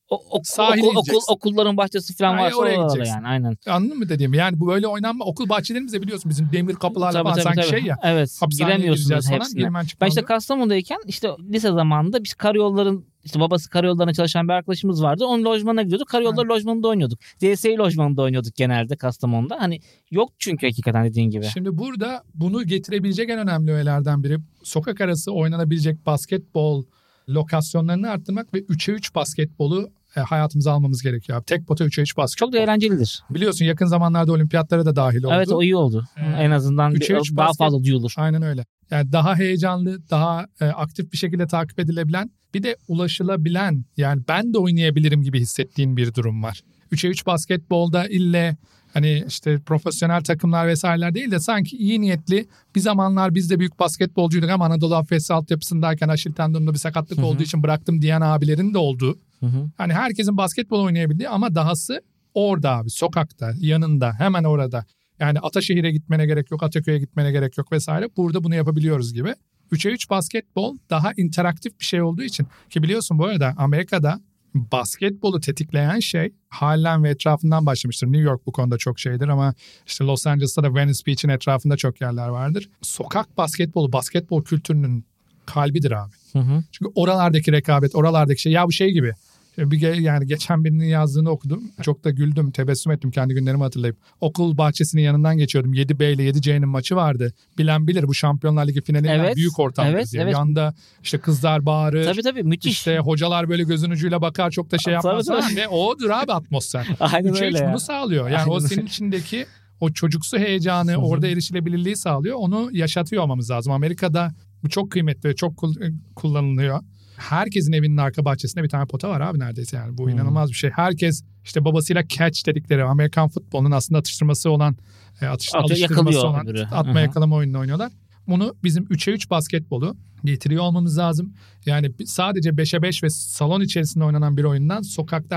okulların bahçesi falan varsa oraya yani aynen. Anladın mı dediğimi? Yani bu böyle oynanma okul bahçelerimiz de biliyorsun bizim demir kapılarla falan sanki şey ya. Evet. Giremiyorsunuz hepsine. Ben işte Kastamonu'dayken işte lise zamanında biz karayolların işte babası karayollarına çalışan bir arkadaşımız vardı. Onun lojmanına gidiyorduk. Karayolları lojmanında oynuyorduk. DSİ lojmanında oynuyorduk genelde Kastamonu'da. Hani yok çünkü hakikaten dediğin gibi. Şimdi burada bunu getirebilecek en önemli öğelerden biri sokak arası oynanabilecek basketbol lokasyonlarını arttırmak ve 3'e 3 basketbolu hayatımıza almamız gerekiyor abi. Tek pota 3'e 3 basketbol. Çok da eğlencelidir. Biliyorsun yakın zamanlarda olimpiyatlara da dahil oldu. Evet o iyi oldu. En azından daha fazla duyulur. Aynen öyle. Yani daha heyecanlı, daha aktif bir şekilde takip edilebilen, bir de ulaşılabilen, yani ben de oynayabilirim gibi hissettiğin bir durum var. 3'e 3 basketbolda ille hani işte profesyonel takımlar vesaireler değil de sanki iyi niyetli bir zamanlar biz de büyük basketbolcuyduk ama Anadolu Efes altyapısındayken Aşil tendonunda bir sakatlık olduğu için bıraktım diyen abilerin de olduğu. Hani herkesin basketbol oynayabildiği ama dahası orada abi, sokakta, yanında, hemen orada. Yani Ataşehir'e gitmene gerek yok, Ataköy'e gitmene gerek yok vesaire. Burada bunu yapabiliyoruz gibi. 3'e 3 basketbol daha interaktif bir şey olduğu için ki biliyorsun bu arada Amerika'da basketbolu tetikleyen şey Harlem ve etrafından başlamıştır. New York bu konuda çok şeydir ama işte Los Angeles'ta da Venice Beach'in etrafında çok yerler vardır. Sokak basketbolu, basketbol kültürünün kalbidir abi. Çünkü oralardaki rekabet, oralardaki şey ya bu şey gibi. Yani geçen birinin yazdığını okudum. Çok da güldüm, tebessüm ettim kendi günlerimi hatırlayıp. Okul bahçesinin yanından geçiyordum. 7B ile 7C'nin maçı vardı. Bilen bilir bu Şampiyonlar Ligi finalinden büyük ortamdır diye. Evet. Yanda işte kızlar bağırır. Tabii müthiş. İşte hocalar böyle gözün ucuyla bakar, çok da şey yapmazlar. Ve odur abi atmosfer. Aynen öyle. Bunu sağlıyor. Yani o senin içindeki o çocuksu heyecanı, orada erişilebilirliği sağlıyor. Onu yaşatıyor olmamız lazım. Amerika'da bu çok kıymetli ve çok kullanılıyor. Herkesin evinin arka bahçesinde bir tane pota var abi neredeyse yani. Bu inanılmaz bir şey. Herkes işte babasıyla catch dedikleri Amerikan futbolunun aslında atıştırması olan, alıştırması olan atma yakalama oyununu oynuyorlar. Bunu bizim 3'e 3 basketbolu getiriyor olmamız lazım. Yani sadece 5'e 5 ve salon içerisinde oynanan bir oyundan sokakta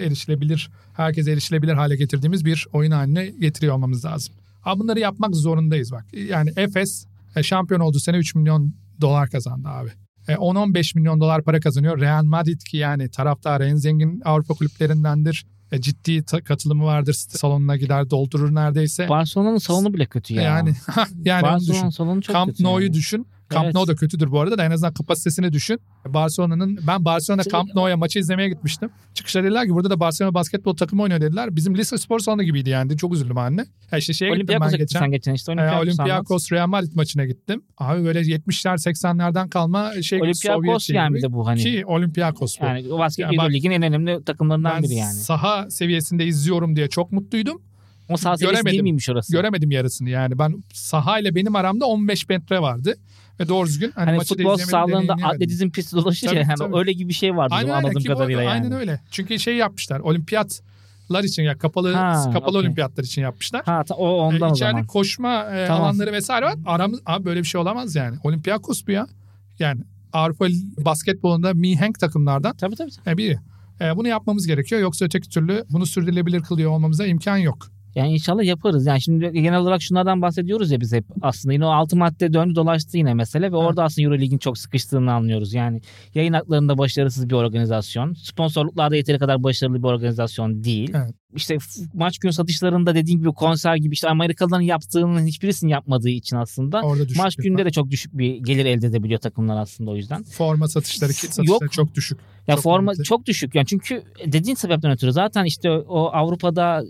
herkese erişilebilir hale getirdiğimiz bir oyun haline getiriyor olmamız lazım. Ama bunları yapmak zorundayız bak. Yani Efes şampiyon olduğu sene $3 milyon kazandı abi. 10-15 milyon dolar para kazanıyor. Real Madrid ki yani taraftarı en zengin Avrupa kulüplerindendir. Ciddi katılımı vardır. Salonuna gider doldurur neredeyse. Barcelona'nın salonu bile kötü ya. Yani Barcelona'nın salonu çok Camp kötü. Nou'yu düşün. Camp Nou da kötüdür bu arada da en azından kapasitesini düşün. Ben Barcelona Camp Nou'ya maçı izlemeye gitmiştim. Çıkışta dediler ki burada da Barcelona basketbol takımı oynuyor dediler. Bizim lise spor salonu gibiydi yani. Çok üzüldüm anne. Olympiakos'a gittim ben geçen işte. Olympiakos Real Madrid maçına gittim. Abi böyle 70'ler 80'lerden kalma Olympiakos yani bir de bu hani. Ki Olympiakos bu. Yani o basketbol ligin en önemli takımlarından biri yani. Saha seviyesinde izliyorum diye çok mutluydum. O saha seviyesi değil miymiş orası? Göremedim yarısını yani. Ben sahayla benim aramda 15 metre vardı. Ve doğru düzgün hani futbol sahalığında atletizm pisti dolaşır ya. Yani öyle gibi bir şey vardı anladığım kadarıyla yani. Aynen öyle. Çünkü yapmışlar. Olimpiyatlar için ya kapalı olimpiyatlar için yapmışlar. O ondan o zaman. İçeride koşma alanları vesaire var. Abi böyle bir şey olamaz yani. Olympiakos bu ya. Yani Avrupa basketbolunda mihenk takımlardan. Tabii. Biri. Bunu yapmamız gerekiyor. Yoksa öteki türlü bunu sürdürülebilir kılıyor olmamıza imkan yok. Yani inşallah yaparız. Yani şimdi genel olarak şunlardan bahsediyoruz ya biz hep aslında. Yine o 6 madde döndü dolaştı yine mesele ve orada aslında Euroleague'in çok sıkıştığını anlıyoruz. Yani yayın haklarında başarısız bir organizasyon. Sponsorluklarda yeteri kadar başarılı bir organizasyon değil. Evet. İşte maç gün satışlarında dediğin gibi konser gibi işte Amerikalıların yaptığının hiçbirisini yapmadığı için aslında maç günde de çok düşük bir gelir elde edebiliyor takımlar aslında o yüzden. Forma satışları, kit satışları çok düşük. Ya forma çok düşük yani çünkü dediğin sebepten ötürü zaten işte o Avrupa'da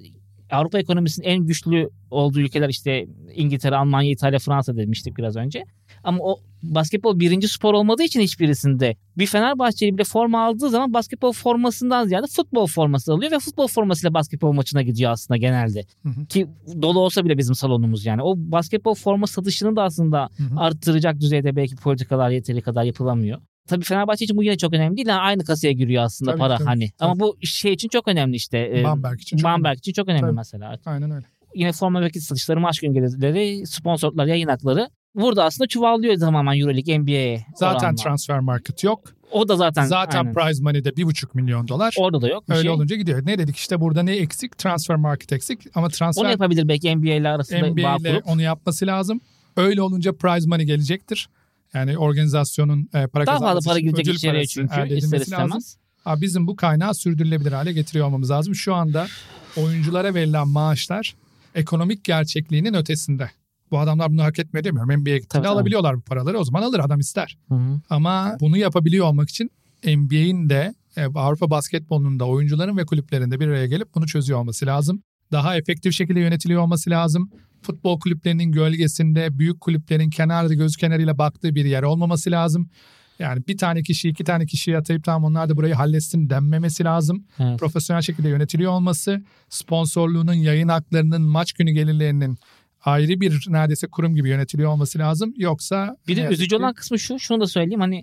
Avrupa ekonomisinin en güçlü olduğu ülkeler işte İngiltere, Almanya, İtalya, Fransa demiştik biraz önce. Ama o basketbol birinci spor olmadığı için hiçbirisinde bir Fenerbahçeli bile forma aldığı zaman basketbol formasından ziyade futbol forması alıyor ve futbol formasıyla basketbol maçına gidiyor aslında genelde. Ki dolu olsa bile bizim salonumuz yani. O basketbol forma satışını da aslında arttıracak düzeyde belki politikalar yeteri kadar yapılamıyor. Tabii Fenerbahçe için bu yine çok önemli değil. Yani aynı kasaya giriyor aslında tabii, para hani. Tabii. Ama bu şey için çok önemli işte. Bamberg için çok önemli tabii. Mesela. Aynen öyle. Yine forma vakit satışları, maç günleri, sponsorlar, yayın hakları. Burada aslında çuvallıyor tamamen EuroLeague, NBA'ye. Zaten oranla. Transfer market yok. O da zaten aynen. Prize money'de $1,5 milyon. Orada da yok. Öyle olunca gidiyor. Ne dedik işte burada ne eksik? Transfer market eksik. Ama transfer... Onu yapabilir belki NBA ile arasında NBA bağ ile onu yapması lazım. Öyle olunca prize money gelecektir. Yani organizasyonun para kazanması daha fazla para girecek ödül içeriye çünkü ister istemez. Lazım. Bizim bu kaynağı sürdürülebilir hale getiriyor olmamız lazım. Şu anda oyunculara verilen maaşlar ekonomik gerçekliğinin ötesinde. Bu adamlar bunu hak etmiyor demiyorum. NBA'ye gittiğinde alabiliyorlar bu paraları. O zaman alır, adam ister. Hı-hı. Ama bunu yapabiliyor olmak için NBA'in de Avrupa basketbolunun da oyuncuların ve kulüplerinde bir araya gelip bunu çözüyor olması lazım. Daha efektif şekilde yönetiliyor olması lazım. Futbol kulüplerinin gölgesinde büyük kulüplerin kenarda göz kenarıyla baktığı bir yer olmaması lazım. Yani bir tane kişi, 2 tane kişiyi atayıp tamam onlar da burayı halletsin denmemesi lazım. Evet. Profesyonel şekilde yönetiliyor olması, sponsorluğunun, yayın haklarının, maç günü gelirlerinin ayrı bir neredeyse kurum gibi yönetiliyor olması lazım. Yoksa... Bir de üzücü olan kısmı şu, şunu da söyleyeyim. Hani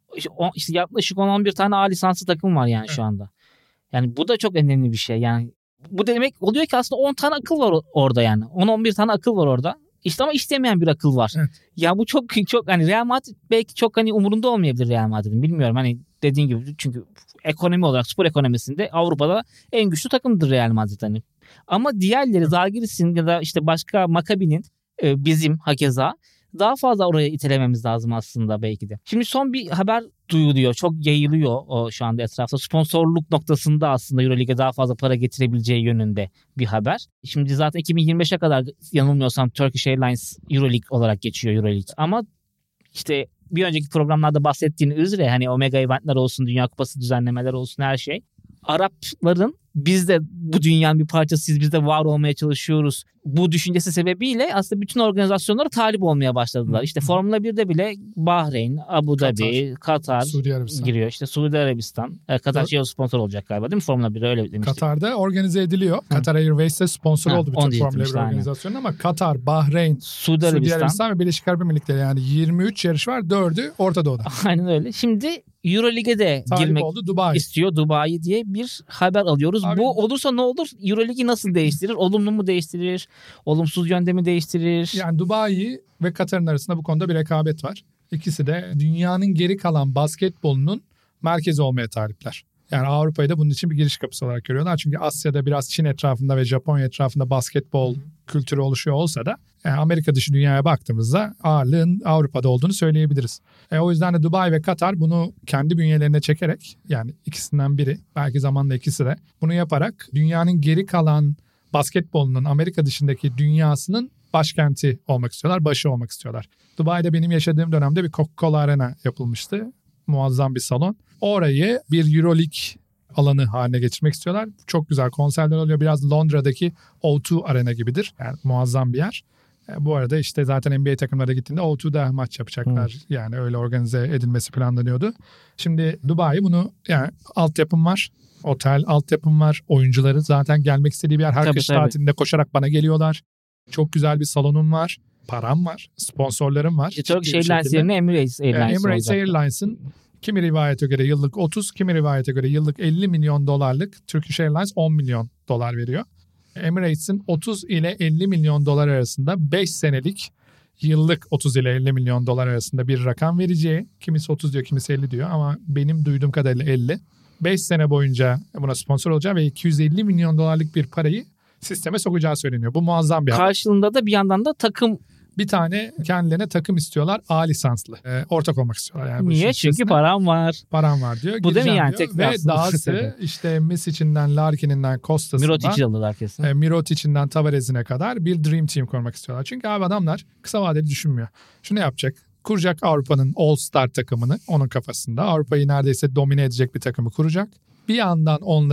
işte yaklaşık 10-11 tane A lisanslı takım var yani şu anda. Yani bu da çok önemli bir şey. Yani bu demek oluyor ki aslında 10 tane akıl var orada yani. 10-11 tane akıl var orada. İşte ama istemeyen bir akıl var. Evet. Ya bu çok hani Real Madrid belki çok hani umurunda olmayabilir Real Madrid'in. Bilmiyorum hani dediğin gibi çünkü ekonomi olarak spor ekonomisinde Avrupa'da en güçlü takımdır Real Madrid hani. Ama diğerleri Zalgiris'in ya da işte başka Maccabi'nin bizim hakeza daha fazla oraya itelememiz lazım aslında belki de. Şimdi son bir haber duyuluyor. Çok yayılıyor o şu anda etrafta. Sponsorluk noktasında aslında EuroLeague'e daha fazla para getirebileceği yönünde bir haber. Şimdi zaten 2025'e kadar yanılmıyorsam Turkish Airlines EuroLeague olarak geçiyor EuroLeague. Ama işte bir önceki programlarda bahsettiğin üzere hani Omega eventler olsun, Dünya Kupası düzenlemeler olsun her şey. Arapların biz de bu dünyanın bir parçasıyız, biz de var olmaya çalışıyoruz. Bu düşüncesi sebebiyle aslında bütün organizasyonlara talip olmaya başladılar. İşte Formula 1'de bile Bahreyn, Abu Dhabi, Katar giriyor. İşte Suudi Arabistan. Katar şey sponsor olacak galiba değil mi? Formula 1'de öyle demiştik. Katar'da organize ediliyor. Katar Airways'te sponsor oldu bütün Formula 1 organizasyonu ama Katar, Bahreyn, Suudi Arabistan ve Birleşik Arap Emirlikleri yani 23 yarış var. 4'ü Orta Doğu'da. Aynen öyle. Şimdi EuroLeague'e de girmek istiyor Dubai diye bir haber alıyoruz. Abi, bu olursa ne olur? EuroLeague'i nasıl değiştirir? Olumlu mu değiştirir? Olumsuz yönde mi değiştirir? Yani Dubai ve Katar'ın arasında bu konuda bir rekabet var. İkisi de dünyanın geri kalan basketbolunun merkezi olmaya talipler. Yani Avrupa'yı da bunun için bir giriş kapısı olarak görüyorlar. Çünkü Asya'da biraz Çin etrafında ve Japonya etrafında basketbol kültürü oluşuyor olsa da yani Amerika dışı dünyaya baktığımızda ağırlığın Avrupa'da olduğunu söyleyebiliriz. O yüzden de Dubai ve Katar bunu kendi bünyelerine çekerek yani ikisinden biri belki zamanla ikisi de bunu yaparak dünyanın geri kalan basketbolunun Amerika dışındaki dünyasının başkenti olmak istiyorlar, başı olmak istiyorlar. Dubai'de benim yaşadığım dönemde bir Coca-Cola Arena yapılmıştı. Muazzam bir salon. Orayı bir EuroLeague alanı haline getirmek istiyorlar. Çok güzel konserler oluyor. Biraz Londra'daki O2 Arena gibidir. Yani muazzam bir yer. Bu arada işte zaten NBA takımlara gittiğinde O2'da maç yapacaklar. Yani öyle organize edilmesi planlanıyordu. Şimdi Dubai bunu yani altyapım var. Otel altyapım var. Oyuncuları zaten gelmek istediği bir yer. Her kış tatilinde koşarak bana geliyorlar. Çok güzel bir salonum var. Param var. Sponsorlarım var. Turkish Airlines yerine Emirates Airlines Emirates Airlines'ın kimi rivayete göre yıllık 30, kimi rivayete göre yıllık 50 milyon dolarlık Turkish Airlines 10 milyon dolar veriyor. Emirates'in 30 ile 50 milyon dolar arasında 5 senelik yıllık 30 ile 50 milyon dolar arasında bir rakam vereceği. Kimisi 30 diyor, kimisi 50 diyor ama benim duyduğum kadarıyla 50. 5 sene boyunca buna sponsor olacağı ve 250 milyon dolarlık bir parayı sisteme sokacağı söyleniyor. Bu muazzam bir haber. Karşılığında da bir yandan da takım bir tane kendilerine takım istiyorlar. A lisanslı. Ortak olmak istiyorlar. Yani niye? Çünkü param var. Param var diyor. Bu değil mi yani? Diyor. Ve dahası işte Misic'inden, Larkin'inden, Costas'ından. Mirotic'i alırlar kesin. Mirotic'inden Tavares'ine kadar bir Dream Team kurmak istiyorlar. Çünkü abi adamlar kısa vadeli düşünmüyor. Şunu yapacak. Kuracak Avrupa'nın All-Star takımını onun kafasında. Avrupa'yı neredeyse domine edecek bir takımı kuracak. Bir yandan onları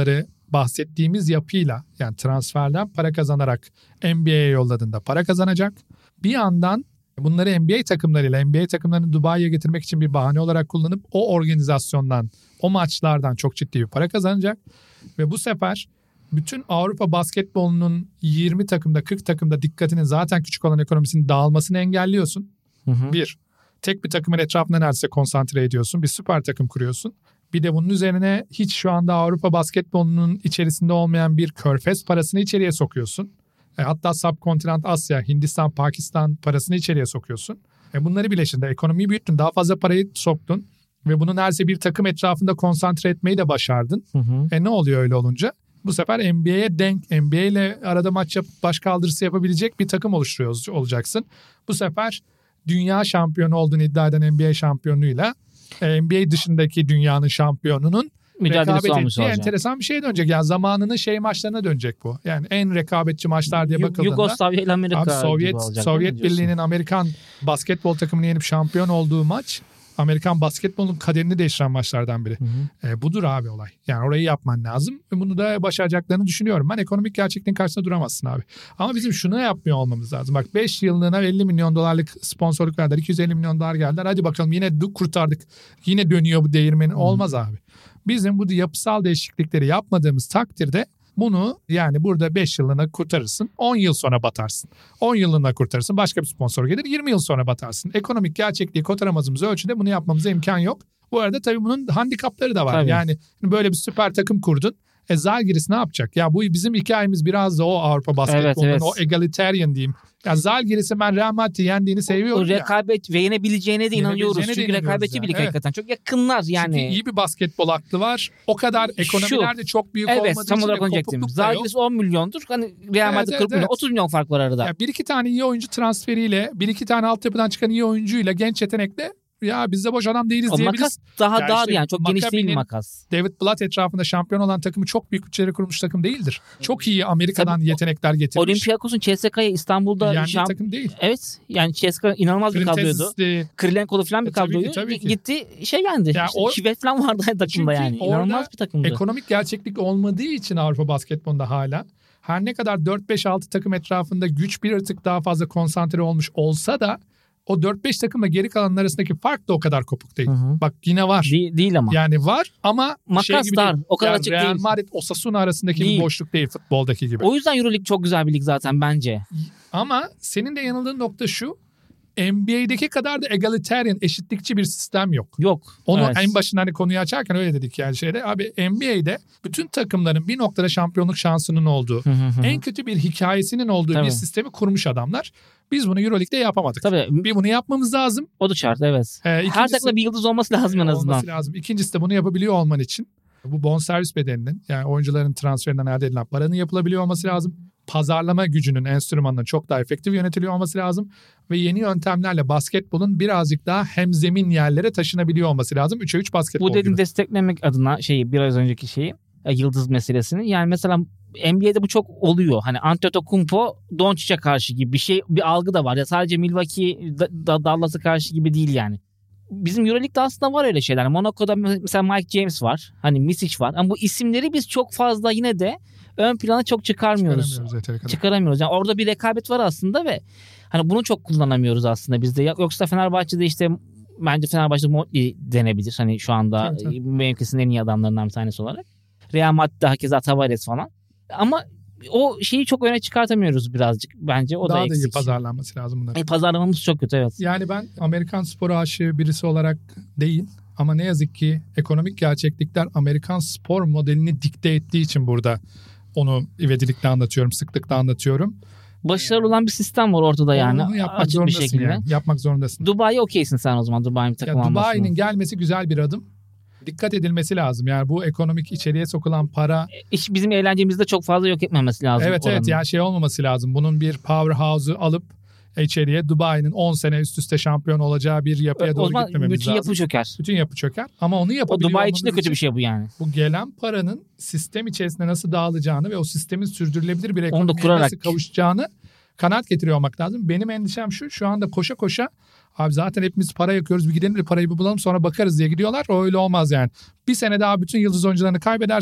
bahsettiğimiz yapıyla, yani transferden para kazanarak NBA'ye yolladığında para kazanacak. Bir yandan bunları NBA takımlarıyla, NBA takımlarını Dubai'ye getirmek için bir bahane olarak kullanıp o organizasyondan, o maçlardan çok ciddi bir para kazanacak. Ve bu sefer bütün Avrupa basketbolunun 20 takımda, 40 takımda dikkatinin zaten küçük olan ekonomisinin dağılmasını engelliyorsun. Bir, tek bir takımın etrafında neredeyse konsantre ediyorsun. Bir süper takım kuruyorsun. Bir de bunun üzerine hiç şu anda Avrupa basketbolunun içerisinde olmayan bir körfez parasını içeriye sokuyorsun. Hatta subkontinent Asya, Hindistan, Pakistan parasını içeriye sokuyorsun. Bunları birleştirdin. Ekonomiyi büyüttün. Daha fazla parayı soktun. Ve bunu neredeyse bir takım etrafında konsantre etmeyi de başardın. Ne oluyor öyle olunca? Bu sefer NBA'ye denk, NBA ile arada maç yapıp baş kaldırısı yapabilecek bir takım oluşturuyor olacaksın. Bu sefer dünya şampiyonu olduğunu iddia eden NBA şampiyonuyla NBA dışındaki dünyanın şampiyonunun rekabet ettiği enteresan bir şeye dönecek. Yani zamanının maçlarına dönecek bu. Yani en rekabetçi maçlar diye bakıldığında. Yugoslavya ile Amerika abi Sovyet Birliği'nin Amerikan basketbol takımını yenip şampiyon olduğu maç, Amerikan basketbolun kaderini değiştiren maçlardan biri. Budur abi olay. Yani orayı yapman lazım. Ve bunu da başaracaklarını düşünüyorum. Ben ekonomik gerçekliğin karşısında duramazsın abi. Ama bizim şunu yapmıyor olmamız lazım. Bak 5 yıllığına 50 milyon dolarlık sponsorluk verdiler. 250 milyon dolar geldiler. Hadi bakalım yine kurtardık. Yine dönüyor bu değirmenin. Olmaz abi. Bizim bu yapısal değişiklikleri yapmadığımız takdirde bunu yani burada 5 yıllığına kurtarırsın. 10 yıl sonra batarsın. 10 yıllığına kurtarırsın. Başka bir sponsor gelir. 20 yıl sonra batarsın. Ekonomik gerçekliği kurtaramadığımız ölçüde bunu yapmamıza imkan yok. Bu arada tabii bunun handikapları da var. Tabii. Yani böyle bir süper takım kurdun. Zalgiris ne yapacak? Ya bu bizim hikayemiz biraz da o Avrupa basketbolunun o egalitarian diyeyim. Ya Zalgiris'i ben Real Madrid'i yendiğini seviyorum. O rekabet ve yenebileceğine de inanıyoruz. Çünkü rekabetçi birlik hakikaten. Çok yakınlar yani. Çünkü iyi bir basketbol aklı var. O kadar ekonomiler de çok büyük olmadığı için tam olarak kopukluk Zalgiris 10 milyondur. Hani Real Madrid 40 milyon. 30 milyon fark var arada. Ya bir iki tane iyi oyuncu transferiyle, bir iki tane altyapıdan çıkan iyi oyuncuyla, genç yetenekle ya biz de boş adam değiliz o diyebiliriz. Makas daha dar yani çok geniş değil makas. David Blatt etrafında şampiyon olan takımı çok büyük bütçeleri kurmuş takım değildir. Çok iyi Amerika'dan yetenekler getirmiş. Olympiakos'un CSK'ya İstanbul'da takım değil. Evet yani CSKA inanılmaz bir kadroydu. Krilenko'lu falan bir kadroyu gitti yendi. Yani Şivet falan vardı takımda yani. İnanılmaz bir takımdı. Ekonomik gerçeklik olmadığı için Avrupa basketbolunda hala her ne kadar 4-5-6 takım etrafında güç bir tık daha fazla konsantre olmuş olsa da o 4-5 takımla geri kalanın arasındaki fark da o kadar kopuk değil. Bak yine var. Değil ama. Yani var ama makas gibi dar. O kadar yani açık Real değil. Real Madrid, Osasuna arasındaki bir boşluk değil futboldaki gibi. O yüzden Euroleague çok güzel bir lig zaten bence. Ama senin de yanıldığın nokta şu. NBA'deki kadar da egalitarian, eşitlikçi bir sistem yok. Onu en başında hani konuyu açarken öyle dedik yani Abi NBA'de bütün takımların bir noktada şampiyonluk şansının olduğu, en kötü bir hikayesinin olduğu bir sistemi kurmuş adamlar. Biz bunu Euroleague'de yapamadık. Bir bunu yapmamız lazım. O da şart evet. Her takımda bir yıldız olması lazım en azından. Olması lazım. İkincisi de bunu yapabiliyor olman için bu bonservis bedelinin yani oyuncuların transferinden elde edilen paranın yapılabiliyor olması lazım. Pazarlama gücünün, enstrümanının çok daha efektif yönetiliyor olması lazım. Ve yeni yöntemlerle basketbolun birazcık daha hemzemin yerlere taşınabiliyor olması lazım. 3'e 3 basketbol bu dediğim gibi. Desteklemek adına biraz önceki yıldız meselesini. Yani mesela NBA'de bu çok oluyor. Hani Antetokounmpo Doncic'e karşı gibi bir algı da var. Ya sadece Milwaukee Dallas'a karşı gibi değil yani. Bizim Euroleague'de aslında var öyle şeyler. Monaco'da mesela Mike James var. Hani Misic var. Ama bu isimleri biz çok fazla yine de ön plana çok çıkaramıyoruz. Çıkaramıyoruz. Yani orada bir rekabet var aslında ve hani bunu çok kullanamıyoruz aslında biz de. Yoksa Fenerbahçe'de bence Fenerbahçe'de Motley denebilir. Hani şu anda mevkisinin en iyi adamlarından bir tanesi olarak. Real Madrid'de hakeza Tavares falan. Ama o şeyi çok öne çıkartamıyoruz birazcık bence. O daha da eksik. Daha da iyi pazarlanması lazım bunlar. Pazarlamamız çok kötü evet. Yani ben Amerikan spor aşığı birisi olarak değil ama ne yazık ki ekonomik gerçeklikler Amerikan spor modelini dikte ettiği için burada onu ivedilikle anlatıyorum, sıklıkla anlatıyorum. Başarılı olan bir sistem var ortada yani. Onu yapmak zorundasın yani. Yapmak zorundasın. Dubai'ye okeysin sen o zaman Dubai'nin bir takım almasına. Dubai'nin gelmesi güzel bir adım. Dikkat edilmesi lazım. Yani bu ekonomik içeriye sokulan para... bizim eğlencemizde çok fazla yok etmemesi lazım. Evet yani olmaması lazım. Bunun bir powerhouse'u alıp içeriye Dubai'nin 10 sene üst üste şampiyon olacağı bir yapıya doğru gitmememiz lazım. Bütün yapı çöker. Bütün yapı çöker. Ama onu yapabiliyor Dubai için de kötü bir şey bu yani. Bu gelen paranın sistem içerisinde nasıl dağılacağını ve o sistemin sürdürülebilir bir ekonomiye nasıl kavuşacağını kanaat getiriyor olmak lazım. Benim endişem şu anda koşa koşa abi zaten hepimiz para yakıyoruz bir gidelim de parayı bir bulalım sonra bakarız diye gidiyorlar. O öyle olmaz yani. Bir sene daha bütün yıldız oyuncularını kaybedersin.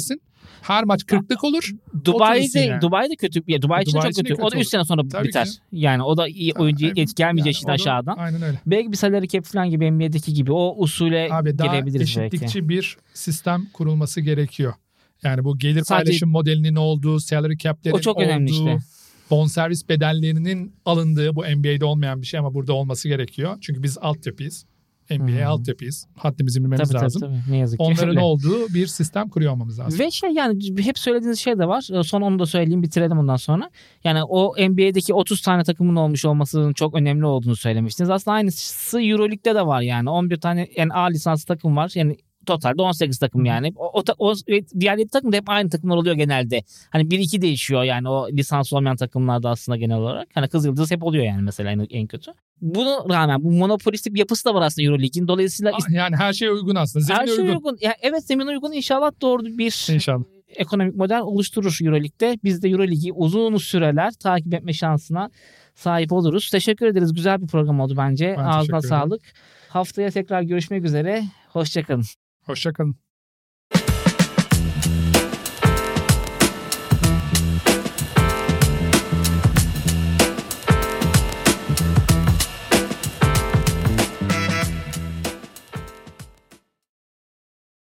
Her maç 40'lık olur. Dubai'de kötü. Ya, Dubai için çok kötü. O da 3 sene sonra Tabii biter. Ki. Yani o da oyuncu gelmeyecek işte aşağıdan. Aynen öyle. Belki bir salary cap falan gibi NBA'deki gibi o usule girebiliriz belki. Eşitlikçi bir sistem kurulması gerekiyor. Yani bu gelir paylaşım modelinin olduğu, salary cap'lerin çok önemli işte. Bonservis bedellerinin alındığı, bu NBA'de olmayan bir şey ama burada olması gerekiyor. Çünkü biz altyapıyız. NBA altyapıyız. Haddimizi bilmemiz lazım. Tabii. Ne yazık ki. Onların olduğu bir sistem kuruyor olmamız lazım. Ve yani hep söylediğiniz şey de var. Son onu da söyleyeyim, bitirelim ondan sonra. Yani o NBA'deki 30 tane takımın olmuş olmasının çok önemli olduğunu söylemiştiniz. Aslında aynısı EuroLeague'de de var yani. 11 tane yani A lisanslı takım var. Yani totalde 18 takım yani. O diğer 7 takım da hep aynı takımlar oluyor genelde. Hani 1-2 değişiyor yani o lisans olmayan takımlarda aslında genel olarak. Hani Kızıldız hep oluyor yani mesela en kötü. Buna rağmen bu monopolistik bir yapısı da var aslında EuroLeague'in. Dolayısıyla yani her şey uygun aslında. Her şey uygun. Ya, evet, zemin uygun. İnşallah doğru bir ekonomik model oluşturur EuroLeague'de. Biz de EuroLeague'i uzun süreler takip etme şansına sahip oluruz. Teşekkür ederiz. Güzel bir program oldu bence. Ağzına sağlık. Haftaya tekrar görüşmek üzere. Hoşça kalın. Hoşça kalın.